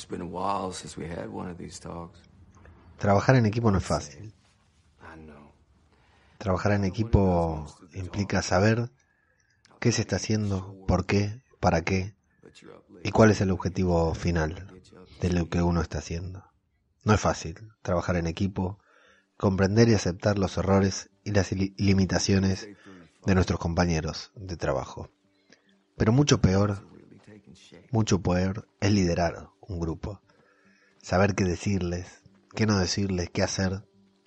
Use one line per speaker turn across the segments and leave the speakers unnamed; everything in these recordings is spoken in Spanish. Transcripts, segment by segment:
Trabajar en equipo no es fácil. Trabajar en equipo implica saber qué se está haciendo, por qué, para qué y cuál es el objetivo final de lo que uno está haciendo. No es fácil trabajar en equipo, comprender y aceptar los errores y las limitaciones de nuestros compañeros de trabajo. Pero mucho peor es liderar un grupo. Saber qué decirles, qué no decirles, qué hacer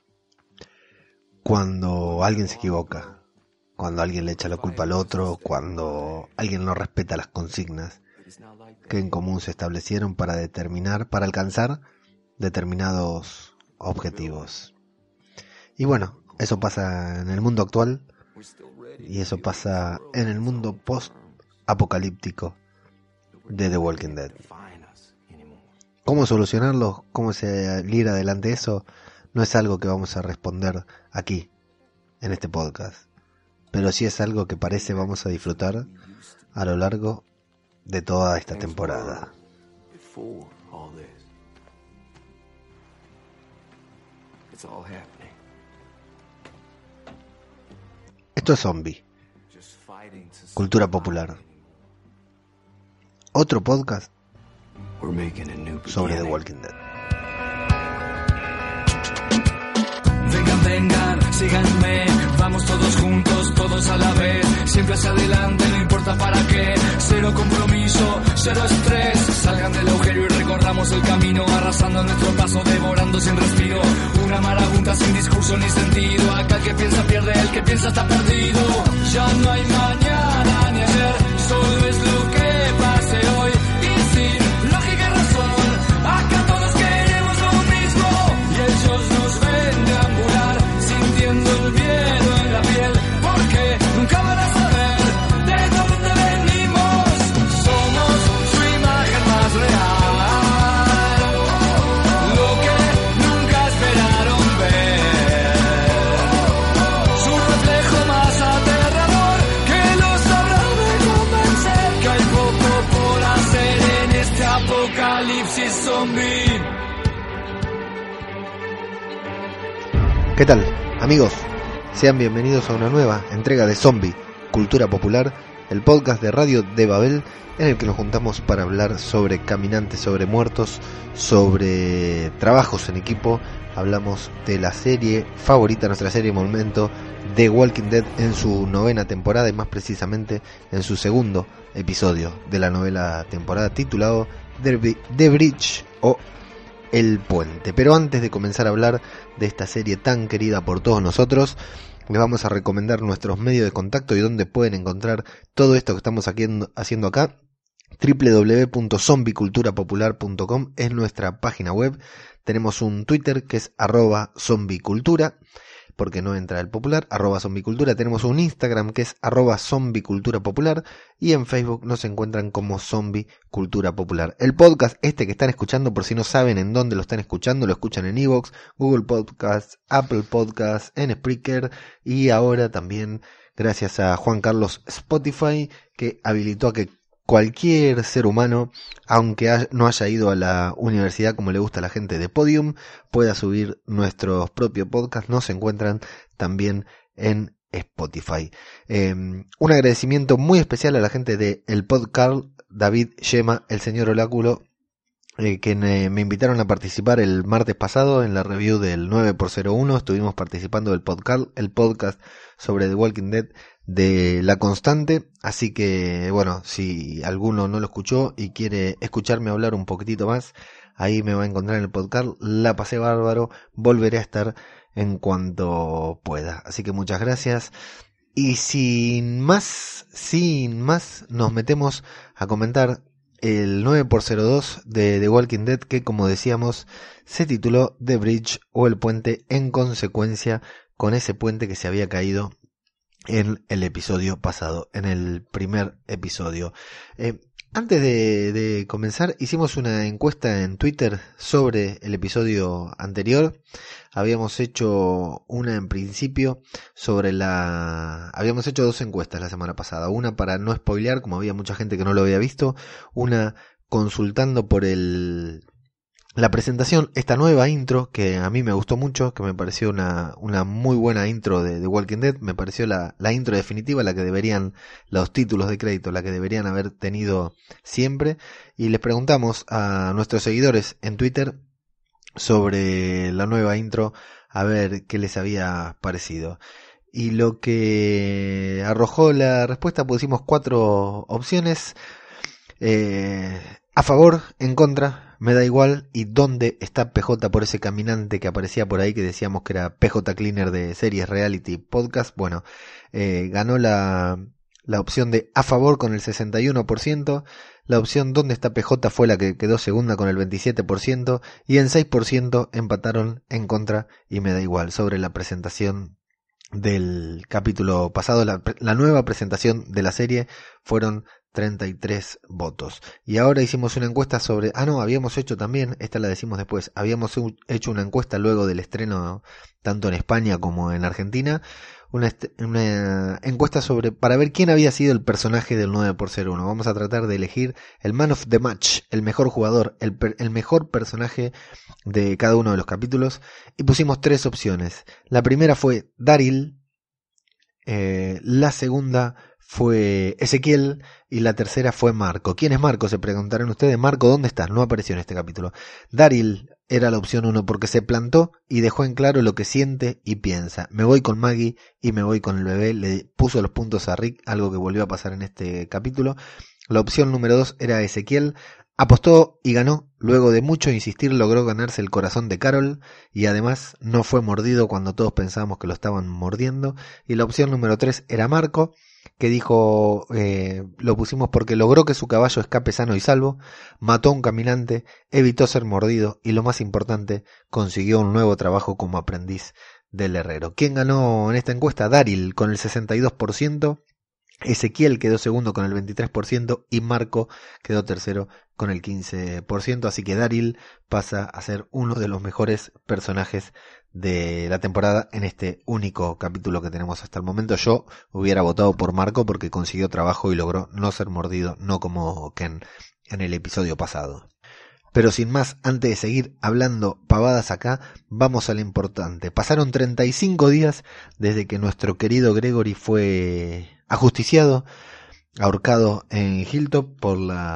cuando alguien se equivoca, cuando alguien le echa la culpa al otro, cuando alguien no respeta las consignas que en común se establecieron para alcanzar determinados objetivos. Y bueno, eso pasa en el mundo actual y eso pasa en el mundo post-apocalíptico de The Walking Dead. ¿Cómo solucionarlo? ¿Cómo salir adelante de eso? No es algo que vamos a responder aquí, en este podcast. Pero sí es algo que parece vamos a disfrutar a lo largo de toda esta temporada. Esto es Zombie, cultura popular. Otro podcast sobre The Walking Dead.
Vengan, síganme, vamos todos juntos, todos a la vez, siempre hacia adelante, no importa para qué, cero compromiso, cero estrés, salgan del agujero y recorramos el camino, arrasando nuestro paso, devorando sin respiro, una marabunta sin discurso ni sentido, acá el que piensa pierde, el que piensa está perdido, ya no hay mañana ni ayer, solo es lo que pase hoy, y sin lógica y razón, acá todos queremos lo mismo, y ellos nos ven deambular, sintiendo el miedo en la piel, porque nunca van a saber de dónde venimos. Somos su imagen más real, lo que nunca esperaron ver, su reflejo más aterrador, que los habrá de convencer que hay poco por hacer en este apocalipsis zombie.
¿Qué tal, amigos? Sean bienvenidos a una nueva entrega de Zombie, Cultura Popular, el podcast de Radio de Babel, en el que nos juntamos para hablar sobre caminantes, sobre muertos, sobre trabajos en equipo. Hablamos de la serie favorita, nuestra serie momento, The Walking Dead, en su 9ª temporada y más precisamente en su 2º episodio de la 9ª temporada, titulado The Bridge o El Puente. Pero antes de comenzar a hablar de esta serie tan querida por todos nosotros, les vamos a recomendar nuestros medios de contacto y donde pueden encontrar todo esto que estamos haciendo acá. www.zombiculturapopular.com es nuestra página web. Tenemos un Twitter que es @zombicultura, porque no entra el popular, @zombicultura. Tenemos un Instagram que es @zombiculturapopular y en Facebook nos encuentran como Zombie Cultura Popular. El podcast este que están escuchando, por si no saben en dónde lo están escuchando, lo escuchan en iVoox, Google Podcasts, Apple Podcasts, en Spreaker y ahora también gracias a Juan Carlos Spotify, que habilitó a que cualquier ser humano, aunque no haya ido a la universidad como le gusta a la gente de Podium, pueda subir nuestros propios podcasts. Nos encuentran también en Spotify. Un agradecimiento muy especial a la gente de El Podcast, David, Yema, el señor Oláculo, que me invitaron a participar el martes pasado en la review del 9x01. Estuvimos participando del podcast, el podcast sobre The Walking Dead de La Constante, así que bueno, si alguno no lo escuchó y quiere escucharme hablar un poquitito más, ahí me va a encontrar en el podcast. La pasé bárbaro, volveré a estar en cuanto pueda, así que muchas gracias. Y sin más, nos metemos a comentar el 9x02 de The Walking Dead, que como decíamos se tituló The Bridge o El Puente, en consecuencia con ese puente que se había caído en el episodio pasado, en el primer episodio. Antes de comenzar, hicimos una encuesta en Twitter sobre el episodio anterior. Habíamos hecho una en principio habíamos hecho 2 encuestas la semana pasada. Una para no spoilear, como había mucha gente que no lo había visto. Una consultando por la presentación, esta nueva intro que a mí me gustó mucho, que me pareció una muy buena intro de Walking Dead. Me pareció la intro definitiva, la que deberían, los títulos de crédito, la que deberían haber tenido siempre. Y les preguntamos a nuestros seguidores en Twitter sobre la nueva intro, a ver qué les había parecido. Y lo que arrojó la respuesta, pusimos 4 opciones: a favor, en contra, me da igual, y dónde está PJ por ese caminante que aparecía por ahí, que decíamos que era PJ Cleaner de series, reality, podcast. Bueno, ganó la opción de a favor con el 61%, la opción dónde está PJ fue la que quedó segunda con el 27%, y en 6% empataron en contra y me da igual sobre la presentación del capítulo pasado. La nueva presentación de la serie fueron 33 votos. Y ahora hicimos una encuesta sobre... habíamos hecho también, esta la decimos después, habíamos hecho una encuesta luego del estreno tanto en España como en Argentina, una encuesta para ver quién había sido el personaje del 9x01. Vamos a tratar de elegir el man of the match, el mejor jugador, el mejor personaje de cada uno de los capítulos, y pusimos 3 opciones. La primera fue Daryl, la segunda fue Ezequiel y la tercera fue Marco. ¿Quién es Marco? Se preguntarán ustedes. Marco, ¿dónde está? No apareció en este capítulo. Daryl era la opción 1 porque se plantó y dejó en claro lo que siente y piensa. Me voy con Maggie y me voy con el bebé. Le puso los puntos a Rick, algo que volvió a pasar en este capítulo. La opción número 2 era Ezequiel. Apostó y ganó. Luego de mucho insistir logró ganarse el corazón de Carol y además no fue mordido cuando todos pensábamos que lo estaban mordiendo. Y la opción número 3 era Marco, que dijo, lo pusimos porque logró que su caballo escape sano y salvo, mató a un caminante, evitó ser mordido y lo más importante, consiguió un nuevo trabajo como aprendiz del herrero. ¿Quién ganó en esta encuesta? Daryl con el 62%, Ezequiel quedó segundo con el 23% y Marco quedó tercero con el 15%, así que Daryl pasa a ser uno de los mejores personajes de la temporada en este único capítulo que tenemos hasta el momento. Yo hubiera votado por Marco porque consiguió trabajo y logró no ser mordido, no como Ken en el episodio pasado. Pero sin más, antes de seguir hablando pavadas acá, vamos a lo importante. Pasaron 35 días desde que nuestro querido Gregory fue ajusticiado, ahorcado en Hilltop por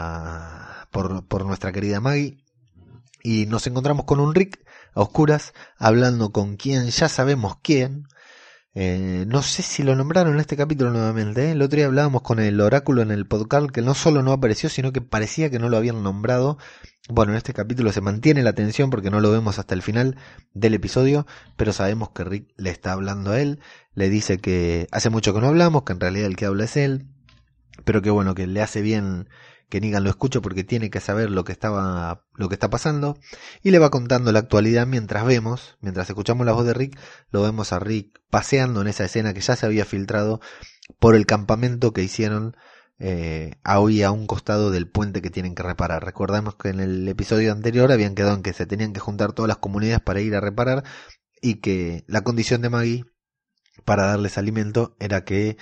nuestra querida Maggie, y nos encontramos con un Rick a oscuras hablando con quien ya sabemos quién. No sé si lo nombraron en este capítulo nuevamente, El otro día hablábamos con el oráculo en el podcast, que no solo no apareció, sino que parecía que no lo habían nombrado. Bueno, en este capítulo se mantiene la tensión porque no lo vemos hasta el final del episodio, pero sabemos que Rick le está hablando a él, le dice que hace mucho que no hablamos, que en realidad el que habla es él, pero que bueno, que le hace bien que Negan lo escuche porque tiene que saber lo que está pasando, y le va contando la actualidad mientras escuchamos la voz de Rick, lo vemos a Rick paseando en esa escena que ya se había filtrado por el campamento que hicieron hoy a un costado del puente que tienen que reparar. Recordamos que en el episodio anterior habían quedado en que se tenían que juntar todas las comunidades para ir a reparar, y que la condición de Maggie para darles alimento era que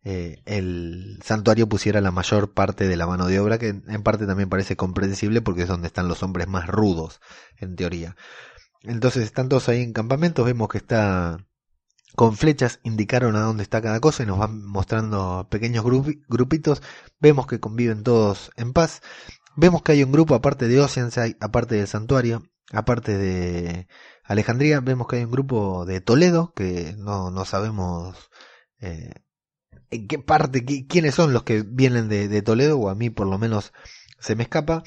el santuario pusiera la mayor parte de la mano de obra, que en parte también parece comprensible porque es donde están los hombres más rudos, en teoría. Entonces están todos ahí en campamentos, vemos que está con flechas, indicaron a dónde está cada cosa y nos van mostrando pequeños grupitos. Vemos que conviven todos en paz. Vemos que hay un grupo aparte de Oceanside, aparte del santuario, aparte de Alejandría. Vemos que hay un grupo de Toledo, que no sabemos en qué parte, quiénes son los que vienen de Toledo, o a mí por lo menos se me escapa.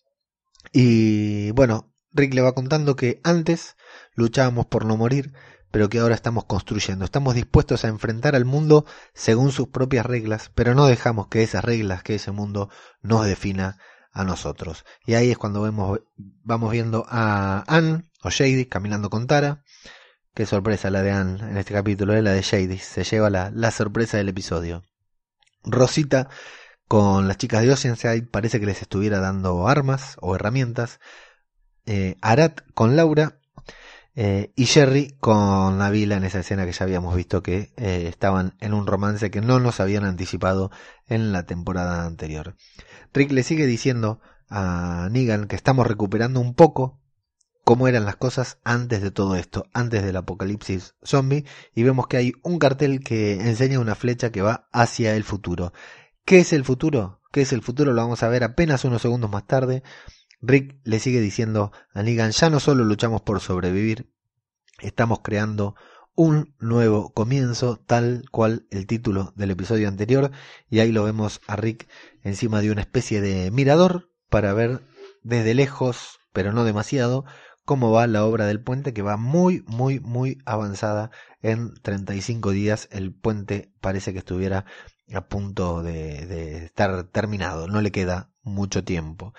Y bueno, Rick le va contando que antes luchábamos por no morir, pero que ahora estamos construyendo. Estamos dispuestos a enfrentar al mundo según sus propias reglas, pero no dejamos que esas reglas, que ese mundo nos defina a nosotros. Y ahí es cuando vamos viendo a Ann o Shady caminando con Tara. Qué sorpresa la de Ann en este capítulo, la de Shady. Se lleva la sorpresa del episodio. Rosita con las chicas de Oceanside parece que les estuviera dando armas o herramientas. Arat con Laura. Y Jerry con Nabila en esa escena que ya habíamos visto que estaban en un romance que no nos habían anticipado en la temporada anterior. Rick le sigue diciendo a Negan que estamos recuperando un poco cómo eran las cosas antes de todo esto, antes del apocalipsis zombie, y vemos que hay un cartel que enseña una flecha que va hacia el futuro. ¿Qué es el futuro? ¿Qué es el futuro? Lo vamos a ver apenas unos segundos más tarde. Rick le sigue diciendo a Negan, ya no solo luchamos por sobrevivir, estamos creando un nuevo comienzo, tal cual el título del episodio anterior, y ahí lo vemos a Rick encima de una especie de mirador para ver desde lejos, pero no demasiado, cómo va la obra del puente, que va muy avanzada. En 35 días el puente parece que estuviera a punto de estar terminado, no le queda mucho tiempo.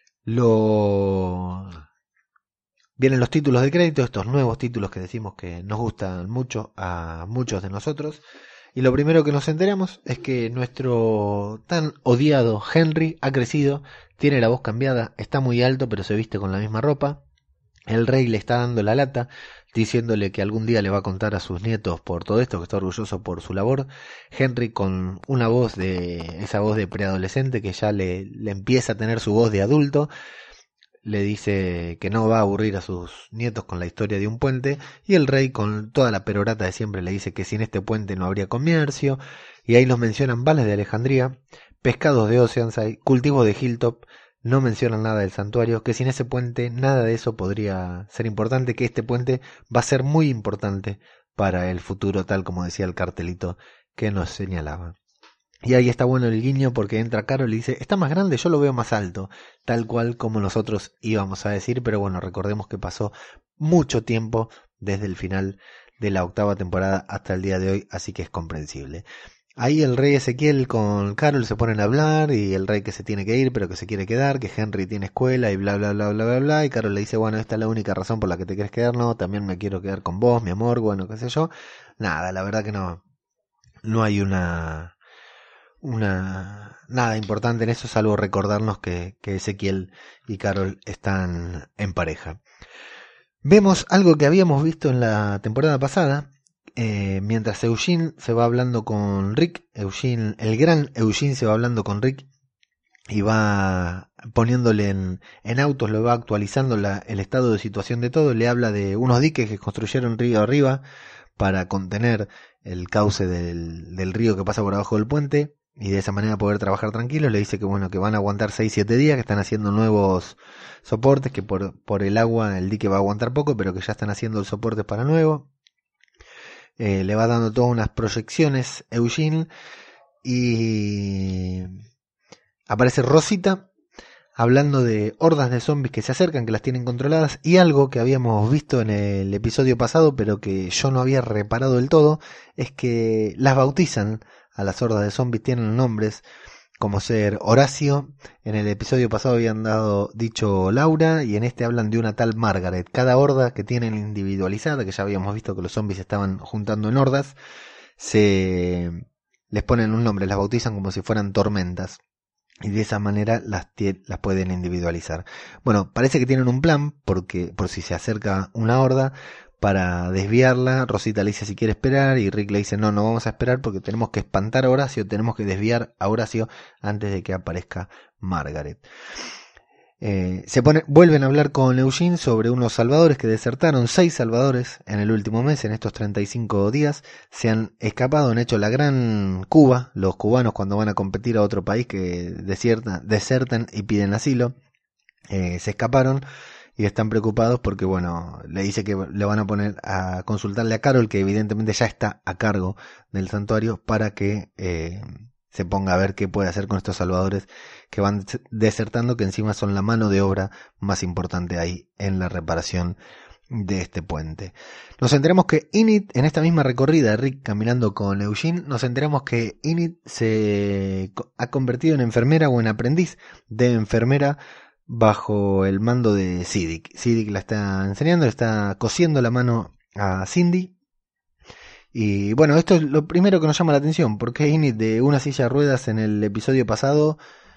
Vienen los títulos de crédito, estos nuevos títulos que decimos que nos gustan mucho a muchos de nosotros, y lo primero que nos enteramos es que nuestro tan odiado Henry ha crecido, tiene la voz cambiada, está muy alto pero se viste con la misma ropa. El rey le está dando la lata, diciéndole que algún día le va a contar a sus nietos por todo esto, que está orgulloso por su labor. Henry, con una voz esa voz de preadolescente que ya le empieza a tener su voz de adulto, le dice que no va a aburrir a sus nietos con la historia de un puente, y el rey, con toda la perorata de siempre, le dice que sin este puente no habría comercio, y ahí nos mencionan balas de Alejandría, pescados de Oceanside, cultivos de Hilltop. No mencionan nada del santuario, que sin ese puente nada de eso podría ser importante, que este puente va a ser muy importante para el futuro, tal como decía el cartelito que nos señalaba. Y ahí está bueno el guiño, porque entra Carol y dice, está más grande, yo lo veo más alto, tal cual como nosotros íbamos a decir, pero bueno, recordemos que pasó mucho tiempo desde el final de la 8ª temporada hasta el día de hoy, así que es comprensible. Ahí el rey Ezequiel con Carol se ponen a hablar, y el rey que se tiene que ir pero que se quiere quedar, que Henry tiene escuela y bla bla bla bla bla bla, y Carol le dice, bueno, esta es la única razón por la que te quieres quedar, no, también me quiero quedar con vos, mi amor, bueno, qué sé yo. Nada, la verdad que no hay nada importante en eso, salvo recordarnos que Ezequiel y Carol están en pareja. Vemos algo que habíamos visto en la temporada pasada. Mientras Eugene se va hablando con Rick, el gran Eugene se va hablando con Rick y va poniéndole en autos, lo va actualizando el estado de situación de todo, le habla de unos diques que construyeron río arriba para contener el cauce del río que pasa por abajo del puente, y de esa manera poder trabajar tranquilos. Le dice que bueno, que van a aguantar 6-7 días, que están haciendo nuevos soportes, que por el agua el dique va a aguantar poco, pero que ya están haciendo el soporte para nuevo. Le va dando todas unas proyecciones Eugene, y aparece Rosita hablando de hordas de zombies que se acercan, que las tienen controladas, y algo que habíamos visto en el episodio pasado pero que yo no había reparado del todo, es que las bautizan a las hordas de zombies, tienen nombres como ser Horacio. En el episodio pasado habían dicho Laura, y en este hablan de una tal Margaret. Cada horda que tienen individualizada, que ya habíamos visto que los zombies se estaban juntando en hordas, les ponen un nombre, las bautizan como si fueran tormentas, y de esa manera las pueden individualizar. Bueno, parece que tienen un plan, porque por si se acerca una horda, para desviarla. Rosita le dice si quiere esperar, y Rick le dice no vamos a esperar porque tenemos que espantar a Horacio, tenemos que desviar a Horacio antes de que aparezca Margaret. Vuelven a hablar con Eugene sobre unos salvadores que desertaron. 6 salvadores en el último mes, en estos 35 días se han escapado, han hecho la gran Cuba, los cubanos cuando van a competir a otro país que desertan y piden asilo. Se escaparon y están preocupados porque, bueno, le dice que le van a poner a consultarle a Carol, que evidentemente ya está a cargo del santuario, para que se ponga a ver qué puede hacer con estos salvadores que van desertando, que encima son la mano de obra más importante ahí en la reparación de este puente. Nos enteramos que Enid, en esta misma recorrida de Rick caminando con Eugene, nos enteramos que Enid se ha convertido en enfermera, o en aprendiz de enfermera, bajo el mando de Siddiq. Siddiq la está enseñando, le está cosiendo la mano a Cindy. Y bueno, esto es lo primero que nos llama la atención, porque Enid, de una silla de ruedas en el episodio pasado,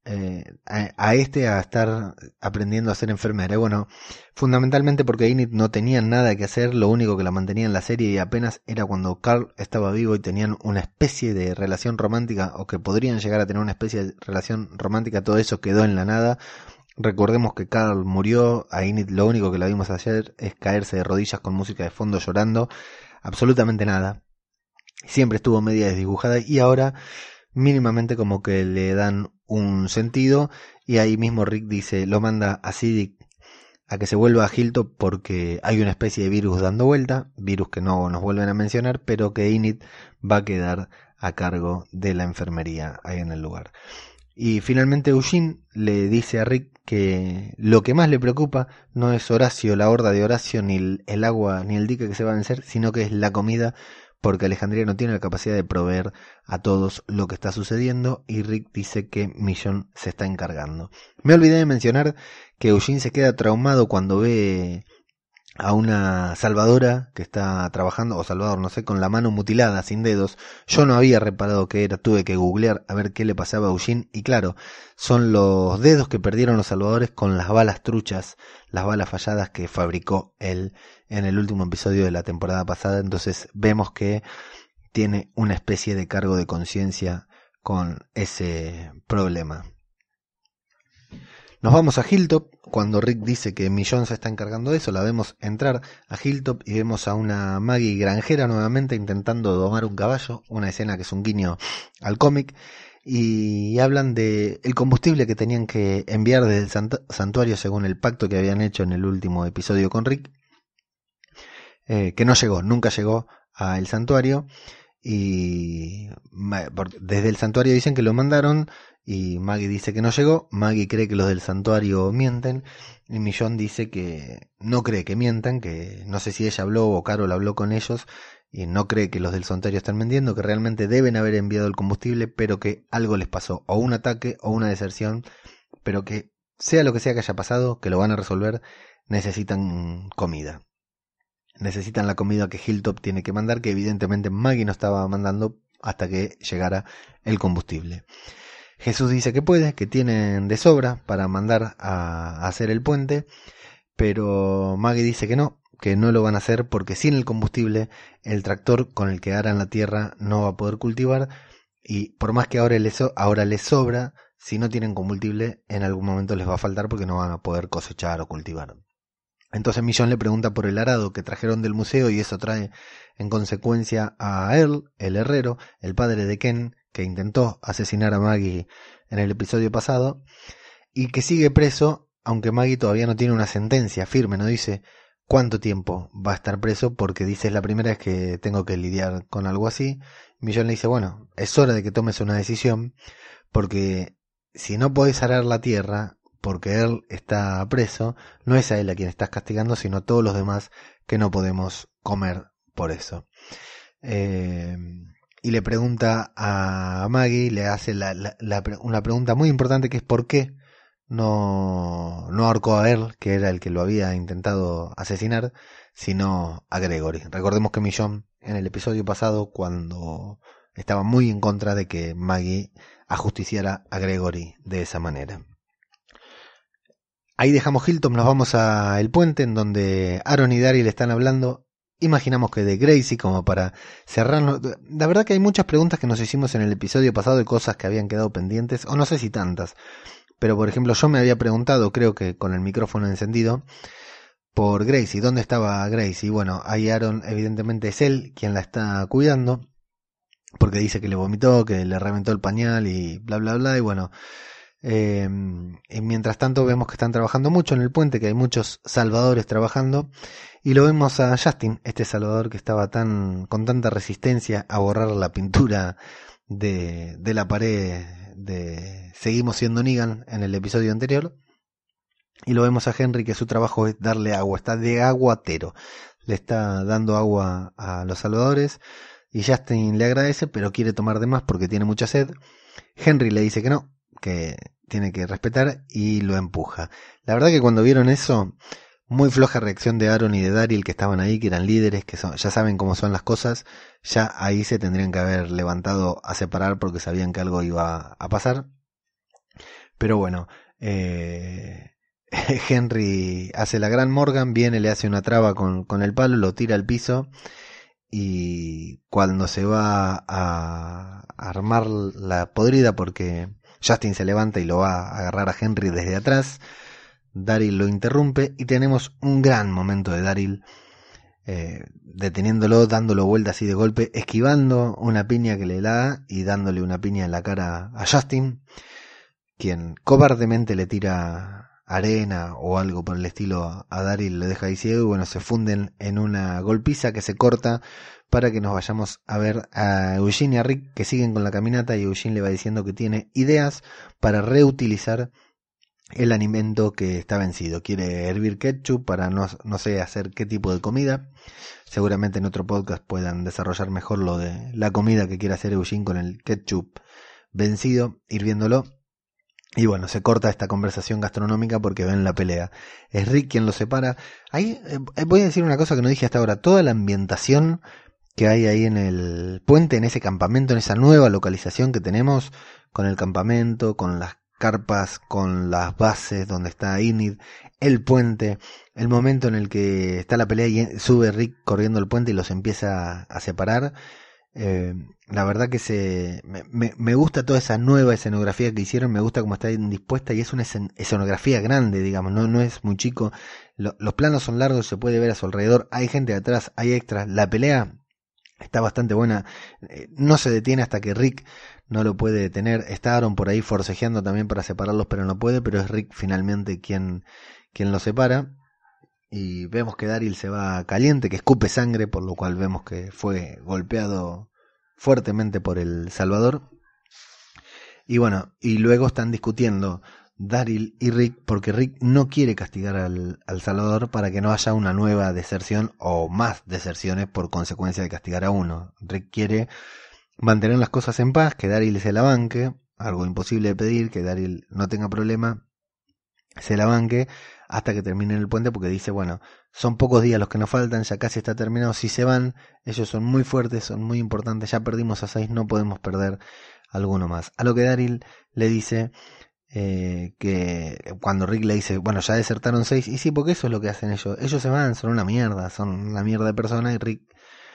a estar aprendiendo a ser enfermera. Y bueno, fundamentalmente porque Enid no tenía nada que hacer, lo único que la mantenía en la serie y apenas era cuando Carl estaba vivo y tenían una especie de relación romántica, o que podrían llegar a tener una especie de relación romántica. Todo eso quedó en la nada. Recordemos que Carl murió, a Enid lo único que la vimos hacer es caerse de rodillas con música de fondo llorando, absolutamente nada. Siempre estuvo media desdibujada y ahora mínimamente como que le dan un sentido, y ahí mismo Rick dice, lo manda a Siddiq a que se vuelva a Hilltop porque hay una especie de virus dando vuelta, virus que no nos vuelven a mencionar, pero que Enid va a quedar a cargo de la enfermería ahí en el lugar. Y finalmente Eugene le dice a Rick que lo que más le preocupa no es Horacio, la horda de Horacio, ni el agua, ni el dique que se va a vencer, sino que es la comida, porque Alejandría no tiene la capacidad de proveer a todos lo que está sucediendo, y Rick dice que Millón se está encargando. Me olvidé de mencionar que Eugene se queda traumado cuando ve a una salvadora que está trabajando, o salvador, no sé, con la mano mutilada, sin dedos. Yo no había reparado qué era, tuve que googlear a ver qué le pasaba a Eugene, y claro, son los dedos que perdieron los salvadores con las balas truchas, las balas falladas que fabricó él en el último episodio de la temporada pasada. Entonces vemos que tiene una especie de cargo de conciencia con ese problema. Nos vamos a Hilltop. Cuando Rick dice que Millón se está encargando de eso, la vemos entrar a Hilltop y vemos a una Maggie granjera nuevamente intentando domar un caballo, una escena que es un guiño al cómic, y hablan de el combustible que tenían que enviar desde el santuario según el pacto que habían hecho en el último episodio con Rick, que no llegó, nunca llegó al santuario, y desde el santuario dicen que lo mandaron, y Maggie dice que no llegó. Maggie cree que los del santuario mienten, y Millón dice que no cree que mientan, que no sé si ella habló o Carol habló con ellos, y no cree que los del santuario están mintiendo, que realmente deben haber enviado el combustible, pero que algo les pasó, o un ataque o una deserción, pero que sea lo que sea que haya pasado, que lo van a resolver. Necesitan comida. Necesitan la comida que Hilltop tiene que mandar, que evidentemente Maggie no estaba mandando hasta que llegara el combustible. Jesús dice que puede, que tienen de sobra para mandar a hacer el puente, pero Maggie dice que no lo van a hacer porque sin el combustible el tractor con el que aran la tierra no va a poder cultivar, y por más que ahora les sobra, si no tienen combustible en algún momento les va a faltar porque no van a poder cosechar o cultivar. Entonces Millón le pregunta por el arado que trajeron del museo, y eso trae en consecuencia a Earl, el herrero, el padre de Ken, que intentó asesinar a Maggie en el episodio pasado, y que sigue preso, aunque Maggie todavía no tiene una sentencia firme, no dice cuánto tiempo va a estar preso, porque dice es la primera vez que tengo que lidiar con algo así. Millón le dice, bueno, es hora de que tomes una decisión, porque si no podés arar la tierra, porque él está preso, no es a él a quien estás castigando, sino a todos los demás que no podemos comer por eso. Y le pregunta a Maggie, le hace una pregunta muy importante, que es por qué no ahorcó a Earl, que era el que lo había intentado asesinar, sino a Gregory. Recordemos que Millón en el episodio pasado, cuando estaba muy en contra de que Maggie ajusticiara a Gregory de esa manera. Ahí dejamos Hilltop, nos vamos a El Puente, en donde Aaron y Daryl están hablando. Imaginamos que de Gracie, como para cerrarnos. La verdad que hay muchas preguntas que nos hicimos en el episodio pasado de cosas que habían quedado pendientes, o no sé si tantas, pero por ejemplo yo me había preguntado, creo que con el micrófono encendido, por Gracie, ¿dónde estaba Gracie? Y bueno, ahí Aaron evidentemente es él quien la está cuidando, porque dice que le vomitó, que le reventó el pañal y bla bla bla, y bueno, y mientras tanto vemos que están trabajando mucho en el puente, que hay muchos salvadores trabajando, y lo vemos a Justin, este salvador que estaba con tanta resistencia a borrar la pintura de la pared de Seguimos siendo Negan en el episodio anterior, y lo vemos a Henry, que su trabajo es darle agua, está de aguatero, le está dando agua a los salvadores, y Justin le agradece, pero quiere tomar de más porque tiene mucha sed. Henry le dice que no, que tiene que respetar, y lo empuja. La verdad que cuando vieron eso, muy floja reacción de Aaron y de Daryl, que estaban ahí, que eran líderes, que ya saben cómo son las cosas, ya ahí se tendrían que haber levantado a separar porque sabían que algo iba a pasar. Pero bueno, Henry hace la gran Morgan, viene, le hace una traba con el palo, lo tira al piso, y cuando se va a armar la podrida, porque Justin se levanta y lo va a agarrar a Henry desde atrás, Daryl lo interrumpe y tenemos un gran momento de Daryl, deteniéndolo, dándolo vuelta así de golpe, esquivando una piña que le da y dándole una piña en la cara a Justin, quien cobardemente le tira arena o algo por el estilo a Daryl, lo deja ahí ciego, y bueno, se funden en una golpiza que se corta para que nos vayamos a ver a Eugene y a Rick, que siguen con la caminata, y Eugene le va diciendo que tiene ideas para reutilizar el alimento que está vencido. Quiere hervir ketchup para no sé hacer qué tipo de comida. Seguramente en otro podcast puedan desarrollar mejor lo de la comida que quiere hacer Eugene con el ketchup vencido, hirviéndolo. Y bueno, se corta esta conversación gastronómica porque ven la pelea. Es Rick quien lo separa. Ahí voy a decir una cosa que no dije hasta ahora. Toda la ambientación que hay ahí en el puente, en ese campamento, en esa nueva localización que tenemos, con el campamento, con las carpas, con las bases donde está Enid, el puente, el momento en el que está la pelea y sube Rick corriendo el puente y los empieza a separar. La verdad que me gusta toda esa nueva escenografía que hicieron, me gusta cómo está dispuesta, y es una escenografía grande, digamos, no es muy chico. Los planos son largos, se puede ver a su alrededor, hay gente atrás, hay extras, la pelea está bastante buena, no se detiene hasta que Rick no lo puede detener. Está Aaron por ahí forcejeando también para separarlos, pero no puede, pero es Rick finalmente quien los separa. Y vemos que Daryl se va caliente, que escupe sangre, por lo cual vemos que fue golpeado fuertemente por el Salvador. Y bueno, y luego están discutiendo Daryl y Rick, porque Rick no quiere castigar al Salvador para que no haya una nueva deserción o más deserciones por consecuencia de castigar a uno. Rick quiere mantener las cosas en paz, que Daryl se la banque, algo imposible de pedir, que Daryl no tenga problema, se la banque hasta que termine el puente, porque dice, bueno, son pocos días los que nos faltan, ya casi está terminado, si se van, ellos son muy fuertes, son muy importantes, ya perdimos a 6, no podemos perder alguno más. A lo que Daryl le dice que cuando Rick le dice, bueno, ya desertaron 6, y sí, porque eso es lo que hacen ellos se van, son una mierda de personas, y Rick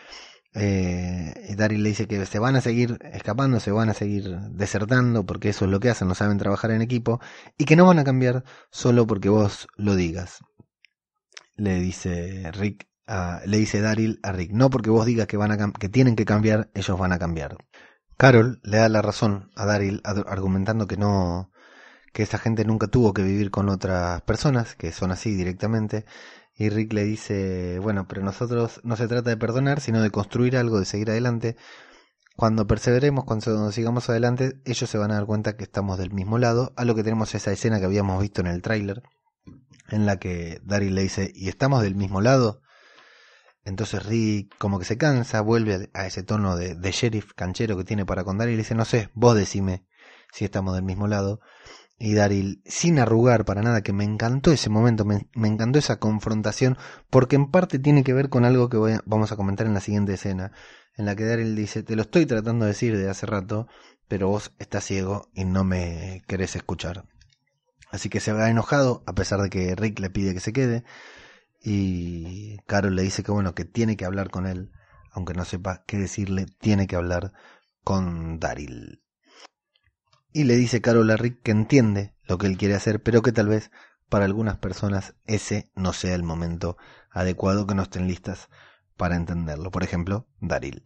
Daryl le dice que se van a seguir escapando, se van a seguir desertando, porque eso es lo que hacen, no saben trabajar en equipo, y que no van a cambiar solo porque vos lo digas. Le dice Daryl a Rick, no porque vos digas que tienen que cambiar, ellos van a cambiar. Carol le da la razón a Daryl argumentando que esa gente nunca tuvo que vivir con otras personas, que son así directamente. Y Rick le dice, bueno, pero nosotros no se trata de perdonar, sino de construir algo, de seguir adelante. Cuando perseveremos, cuando sigamos adelante, ellos se van a dar cuenta que estamos del mismo lado. A lo que tenemos esa escena que habíamos visto en el tráiler, en la que Daryl le dice, ¿y estamos del mismo lado? Entonces Rick como que se cansa, vuelve a ese tono de sheriff canchero que tiene para con Daryl y le dice, no sé, vos decime si estamos del mismo lado. Y Daryl, sin arrugar para nada, que me encantó ese momento, me encantó esa confrontación, porque en parte tiene que ver con algo que vamos a comentar en la siguiente escena, en la que Daryl dice, te lo estoy tratando de decir de hace rato, pero vos estás ciego y no me querés escuchar. Así que se va enojado, a pesar de que Rick le pide que se quede, y Carol le dice que bueno, que tiene que hablar con él, aunque no sepa qué decirle, tiene que hablar con Daryl. Y le dice Carol a Rick que entiende lo que él quiere hacer, pero que tal vez para algunas personas ese no sea el momento adecuado, que no estén listas para entenderlo. Por ejemplo, Daryl.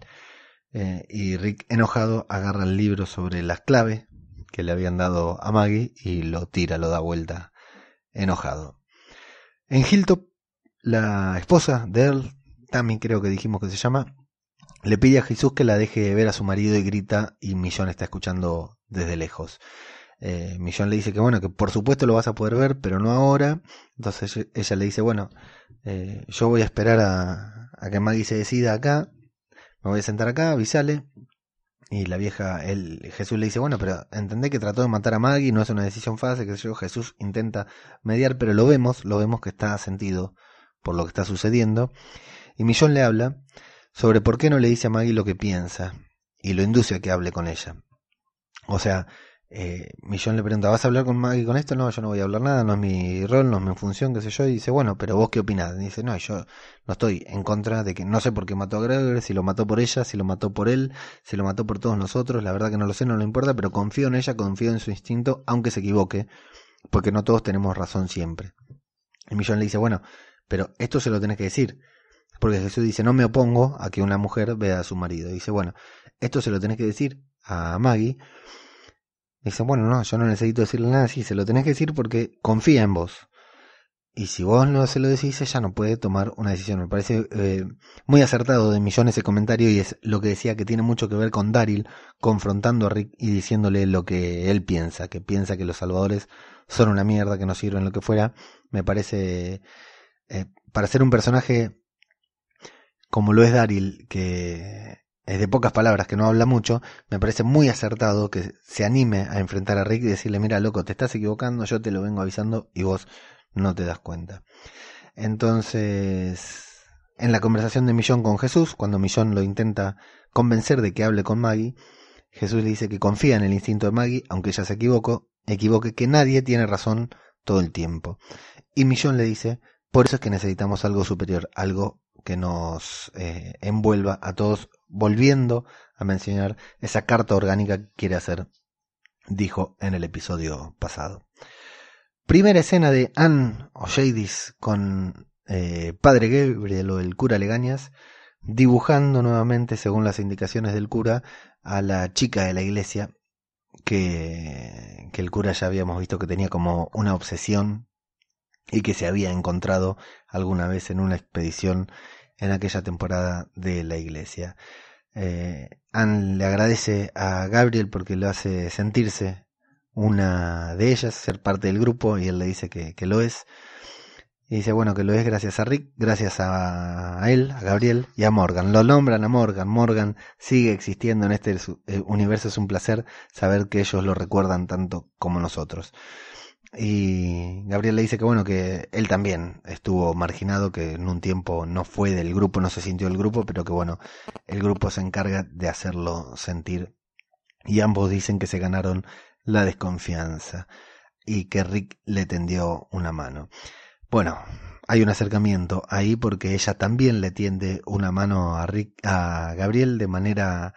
Y Rick, enojado, agarra el libro sobre las claves que le habían dado a Maggie y lo tira, lo da vuelta, enojado. En Hilltop, la esposa de Earl, Tammy creo que dijimos que se llama, le pide a Jesús que la deje ver a su marido y grita, y Millón está escuchando desde lejos. Millón le dice que bueno, que por supuesto lo vas a poder ver, pero no ahora. Entonces ella le dice, bueno, yo voy a esperar a que Maggie se decida acá, me voy a sentar acá, avísale. Y la vieja, Jesús le dice, bueno, pero entendé que trató de matar a Maggie, no es una decisión fácil, que yo. Jesús intenta mediar, pero lo vemos que está sentido por lo que está sucediendo. Y Millón le habla sobre por qué no le dice a Maggie lo que piensa, y lo induce a que hable con ella. O sea, Millón le pregunta, ¿vas a hablar con Maggie con esto? No, yo no voy a hablar nada, no es mi rol, no es mi función, qué sé yo. Y dice, bueno, pero vos qué opinás. Y dice, no, yo no estoy en contra de que, no sé por qué mató a Gregory, si lo mató por ella, si lo mató por él, si lo mató por todos nosotros, la verdad que no lo sé, no le importa, pero confío en ella, confío en su instinto, aunque se equivoque, porque no todos tenemos razón siempre. Y Millón le dice, bueno, pero esto se lo tenés que decir, porque Jesús dice, no me opongo a que una mujer vea a su marido. Y dice, bueno, esto se lo tenés que decir a Maggie. Dice, bueno, no, yo no necesito decirle nada, sí, se lo tenés que decir porque confía en vos. Y si vos no se lo decís, ella no puede tomar una decisión. Me parece muy acertado de Millón ese comentario, y es lo que decía, que tiene mucho que ver con Daryl confrontando a Rick y diciéndole lo que él piensa que los salvadores son una mierda, que no sirven, lo que fuera. Me parece, para ser un personaje como lo es Daryl, que es de pocas palabras, que no habla mucho, me parece muy acertado que se anime a enfrentar a Rick y decirle, mira loco, te estás equivocando, yo te lo vengo avisando y vos no te das cuenta. Entonces, en la conversación de Millón con Jesús, cuando Millón lo intenta convencer de que hable con Maggie, Jesús le dice que confía en el instinto de Maggie, aunque ella se equivoque, que nadie tiene razón todo el tiempo. Y Millón le dice, por eso es que necesitamos algo superior, algo que nos envuelva a todos, volviendo a mencionar esa carta orgánica que quiere hacer, dijo en el episodio pasado. Primera escena de Ann o Jadis con Padre Gabriel o el cura Legañas, dibujando nuevamente, según las indicaciones del cura, a la chica de la iglesia que el cura ya habíamos visto que tenía como una obsesión y que se había encontrado alguna vez en una expedición en aquella temporada de la iglesia. Ann le agradece a Gabriel porque lo hace sentirse una de ellas, ser parte del grupo, y él le dice que lo es. Y dice, bueno, que lo es gracias a Rick, gracias a él, a Gabriel y a Morgan. Lo nombran a Morgan. Morgan sigue existiendo en este universo. Es un placer saber que ellos lo recuerdan tanto como nosotros. Y Gabriel le dice que bueno, que él también estuvo marginado, que en un tiempo no fue del grupo, no se sintió del grupo, pero que bueno, el grupo se encarga de hacerlo sentir. Y ambos dicen que se ganaron la desconfianza y que Rick le tendió una mano. Bueno, hay un acercamiento ahí porque ella también le tiende una mano a Gabriel de manera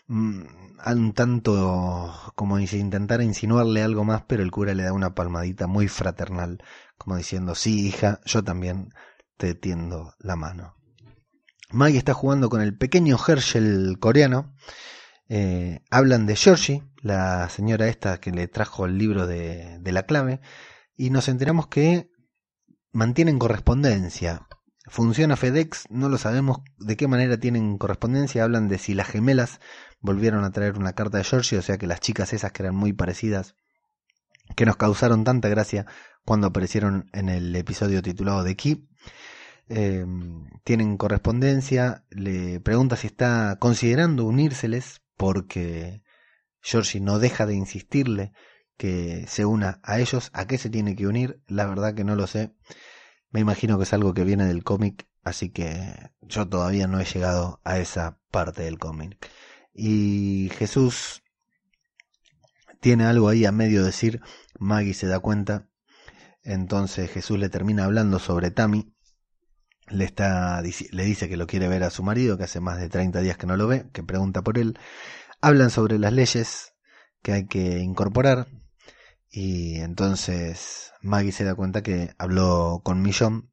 un tanto como si intentara insinuarle algo más, pero el cura le da una palmadita muy fraternal, como diciendo, sí hija, yo también te tiendo la mano. Maggie está jugando con el pequeño Herschel coreano. Hablan de Georgie, la señora esta que le trajo el libro de la clave, y nos enteramos que mantienen correspondencia. Funciona FedEx, no lo sabemos de qué manera tienen correspondencia. Hablan de si las gemelas volvieron a traer una carta de Georgie, o sea que las chicas esas que eran muy parecidas, que nos causaron tanta gracia cuando aparecieron en el episodio titulado The Key, tienen correspondencia. Le pregunta si está considerando unírseles, porque Georgie no deja de insistirle que se una a ellos. ¿A qué se tiene que unir? La verdad que no lo sé. Me imagino que es algo que viene del cómic, así que yo todavía no he llegado a esa parte del cómic. Y Jesús tiene algo ahí a medio decir. Maggie se da cuenta. Entonces Jesús le termina hablando sobre Tammy. Le dice que lo quiere ver a su marido, que hace más de 30 días que no lo ve, que pregunta por él. Hablan sobre las leyes que hay que incorporar. Y entonces Maggie se da cuenta que habló con Millón.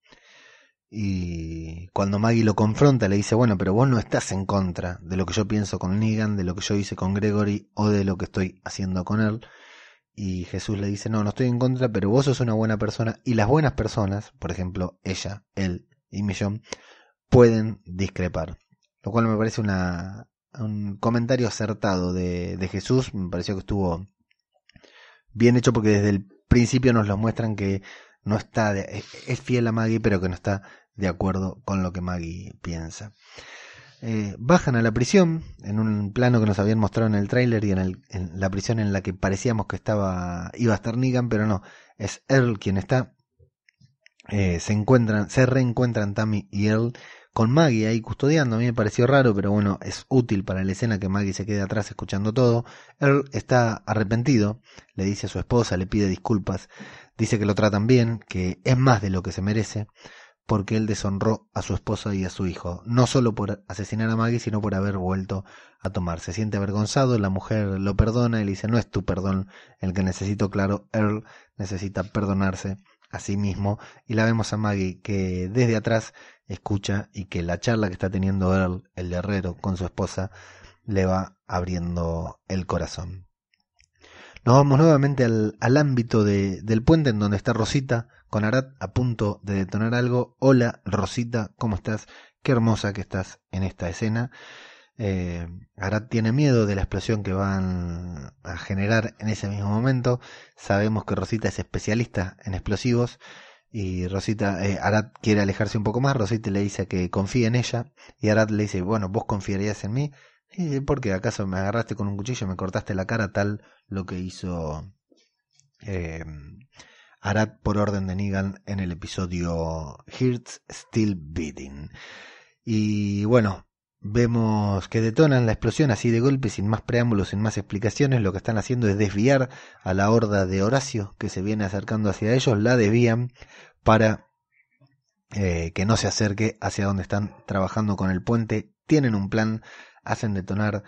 Y cuando Maggie lo confronta, le dice, bueno, pero vos no estás en contra de lo que yo pienso con Negan, de lo que yo hice con Gregory o de lo que estoy haciendo con él. Y Jesús le dice, no estoy en contra, pero vos sos una buena persona, y las buenas personas, por ejemplo, ella, él y Millón, pueden discrepar. Lo cual me parece un comentario acertado de Jesús. Me pareció que estuvo bien hecho, porque desde el principio nos lo muestran que no está es fiel a Maggie, pero que no está de acuerdo con lo que Maggie piensa. Bajan a la prisión en un plano que nos habían mostrado en el tráiler, y en la prisión en la que parecíamos que iba a estar Negan, pero no, es Earl quien está. Se reencuentran Tammy y Earl con Maggie ahí custodiando. A mí me pareció raro, pero bueno, es útil para la escena que Maggie se quede atrás escuchando todo. Earl está arrepentido, le dice a su esposa, le pide disculpas, dice que lo tratan bien, que es más de lo que se merece, porque él deshonró a su esposa y a su hijo, no solo por asesinar a Maggie, sino por haber vuelto a tomar. Se siente avergonzado, la mujer lo perdona y le dice, no es tu perdón el que necesito, claro, Earl necesita perdonarse a sí mismo, y la vemos a Maggie que desde atrás escucha y que la charla que está teniendo Earl, el herrero, con su esposa, le va abriendo el corazón. Nos vamos nuevamente al ámbito del puente en donde está Rosita con Arad a punto de detonar algo. Hola Rosita, ¿cómo estás? Qué hermosa que estás en esta escena. Arad tiene miedo de la explosión que van a generar en ese mismo momento. Sabemos que Rosita es especialista en explosivos y Rosita, Arad quiere alejarse un poco más. Rosita le dice que confíe en ella y Arad le dice, bueno, ¿vos confiarías en mí? ¿Por qué? ¿Acaso me agarraste con un cuchillo, me cortaste la cara? Tal lo que hizo Arad por orden de Negan en el episodio Hearts Still Beating. Y bueno, vemos que detonan la explosión así de golpe, sin más preámbulos, sin más explicaciones. Lo que están haciendo es desviar a la horda de Horacio que se viene acercando hacia ellos. La desvían para que no se acerque hacia donde están trabajando con el puente. Tienen un plan, hacen detonar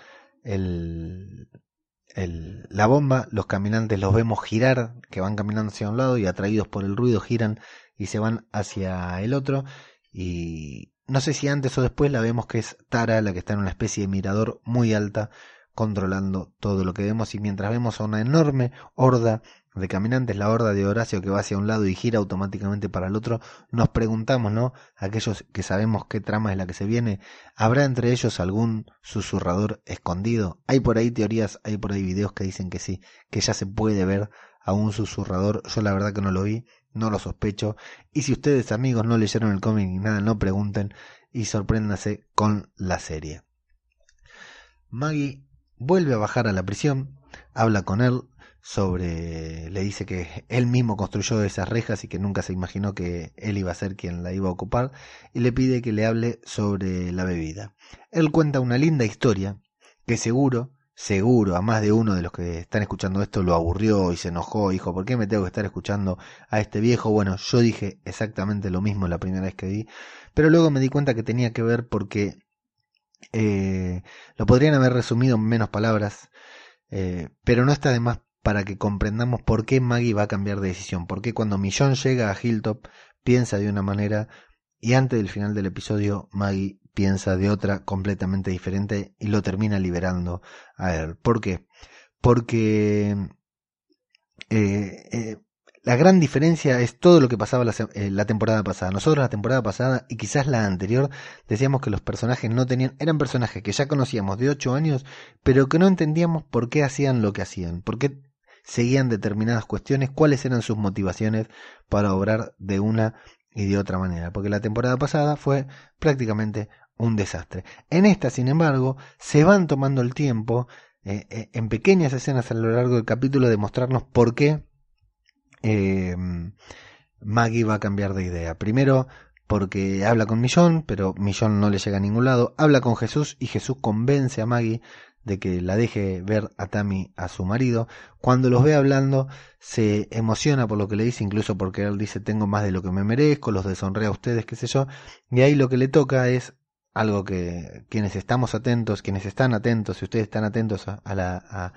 la bomba. Los caminantes los vemos girar, que van caminando hacia un lado y atraídos por el ruido giran y se van hacia el otro. Y no sé si antes o después la vemos que es Tara la que está en una especie de mirador muy alta controlando todo lo que vemos, y mientras vemos a una enorme horda de caminantes, la horda de Horacio que va hacia un lado y gira automáticamente para el otro, nos preguntamos, ¿no? Aquellos que sabemos qué trama es la que se viene, ¿habrá entre ellos algún susurrador escondido? Hay por ahí teorías, hay por ahí videos que dicen que sí, que ya se puede ver a un susurrador. Yo la verdad que no lo vi, no lo sospecho, y si ustedes amigos no leyeron el cómic ni nada, no pregunten y sorpréndanse con la serie. Maggie vuelve a bajar a la prisión, habla con él le dice que él mismo construyó esas rejas y que nunca se imaginó que él iba a ser quien la iba a ocupar, y le pide que le hable sobre la bebida. Él cuenta una linda historia que seguro a más de uno de los que están escuchando esto lo aburrió y se enojó, dijo, ¿por qué me tengo que estar escuchando a este viejo? Bueno, yo dije exactamente lo mismo la primera vez que vi, pero luego me di cuenta que tenía que ver porque lo podrían haber resumido en menos palabras, pero no está de más para que comprendamos por qué Maggie va a cambiar de decisión, por qué cuando Millón llega a Hilltop piensa de una manera y antes del final del episodio Maggie piensa de otra completamente diferente y lo termina liberando a él. ¿Por qué? Porque la gran diferencia es todo lo que pasaba la temporada pasada. Nosotros la temporada pasada y quizás la anterior decíamos que los personajes eran personajes que ya conocíamos de 8 años, pero que no entendíamos por qué hacían lo que hacían, por qué seguían determinadas cuestiones, cuáles eran sus motivaciones para obrar de una y de otra manera, porque la temporada pasada fue prácticamente un desastre. En esta, sin embargo, se van tomando el tiempo en pequeñas escenas a lo largo del capítulo de mostrarnos por qué Maggie va a cambiar de idea. Primero porque habla con Millón, pero Millón no le llega a ningún lado. Habla con Jesús y Jesús convence a Maggie de que la deje ver a Tammy, a su marido. Cuando los ve hablando se emociona por lo que le dice, incluso porque él dice tengo más de lo que me merezco, los deshonré a ustedes, qué sé yo, y ahí lo que le toca es algo que quienes estamos atentos, quienes están atentos, si ustedes están atentos a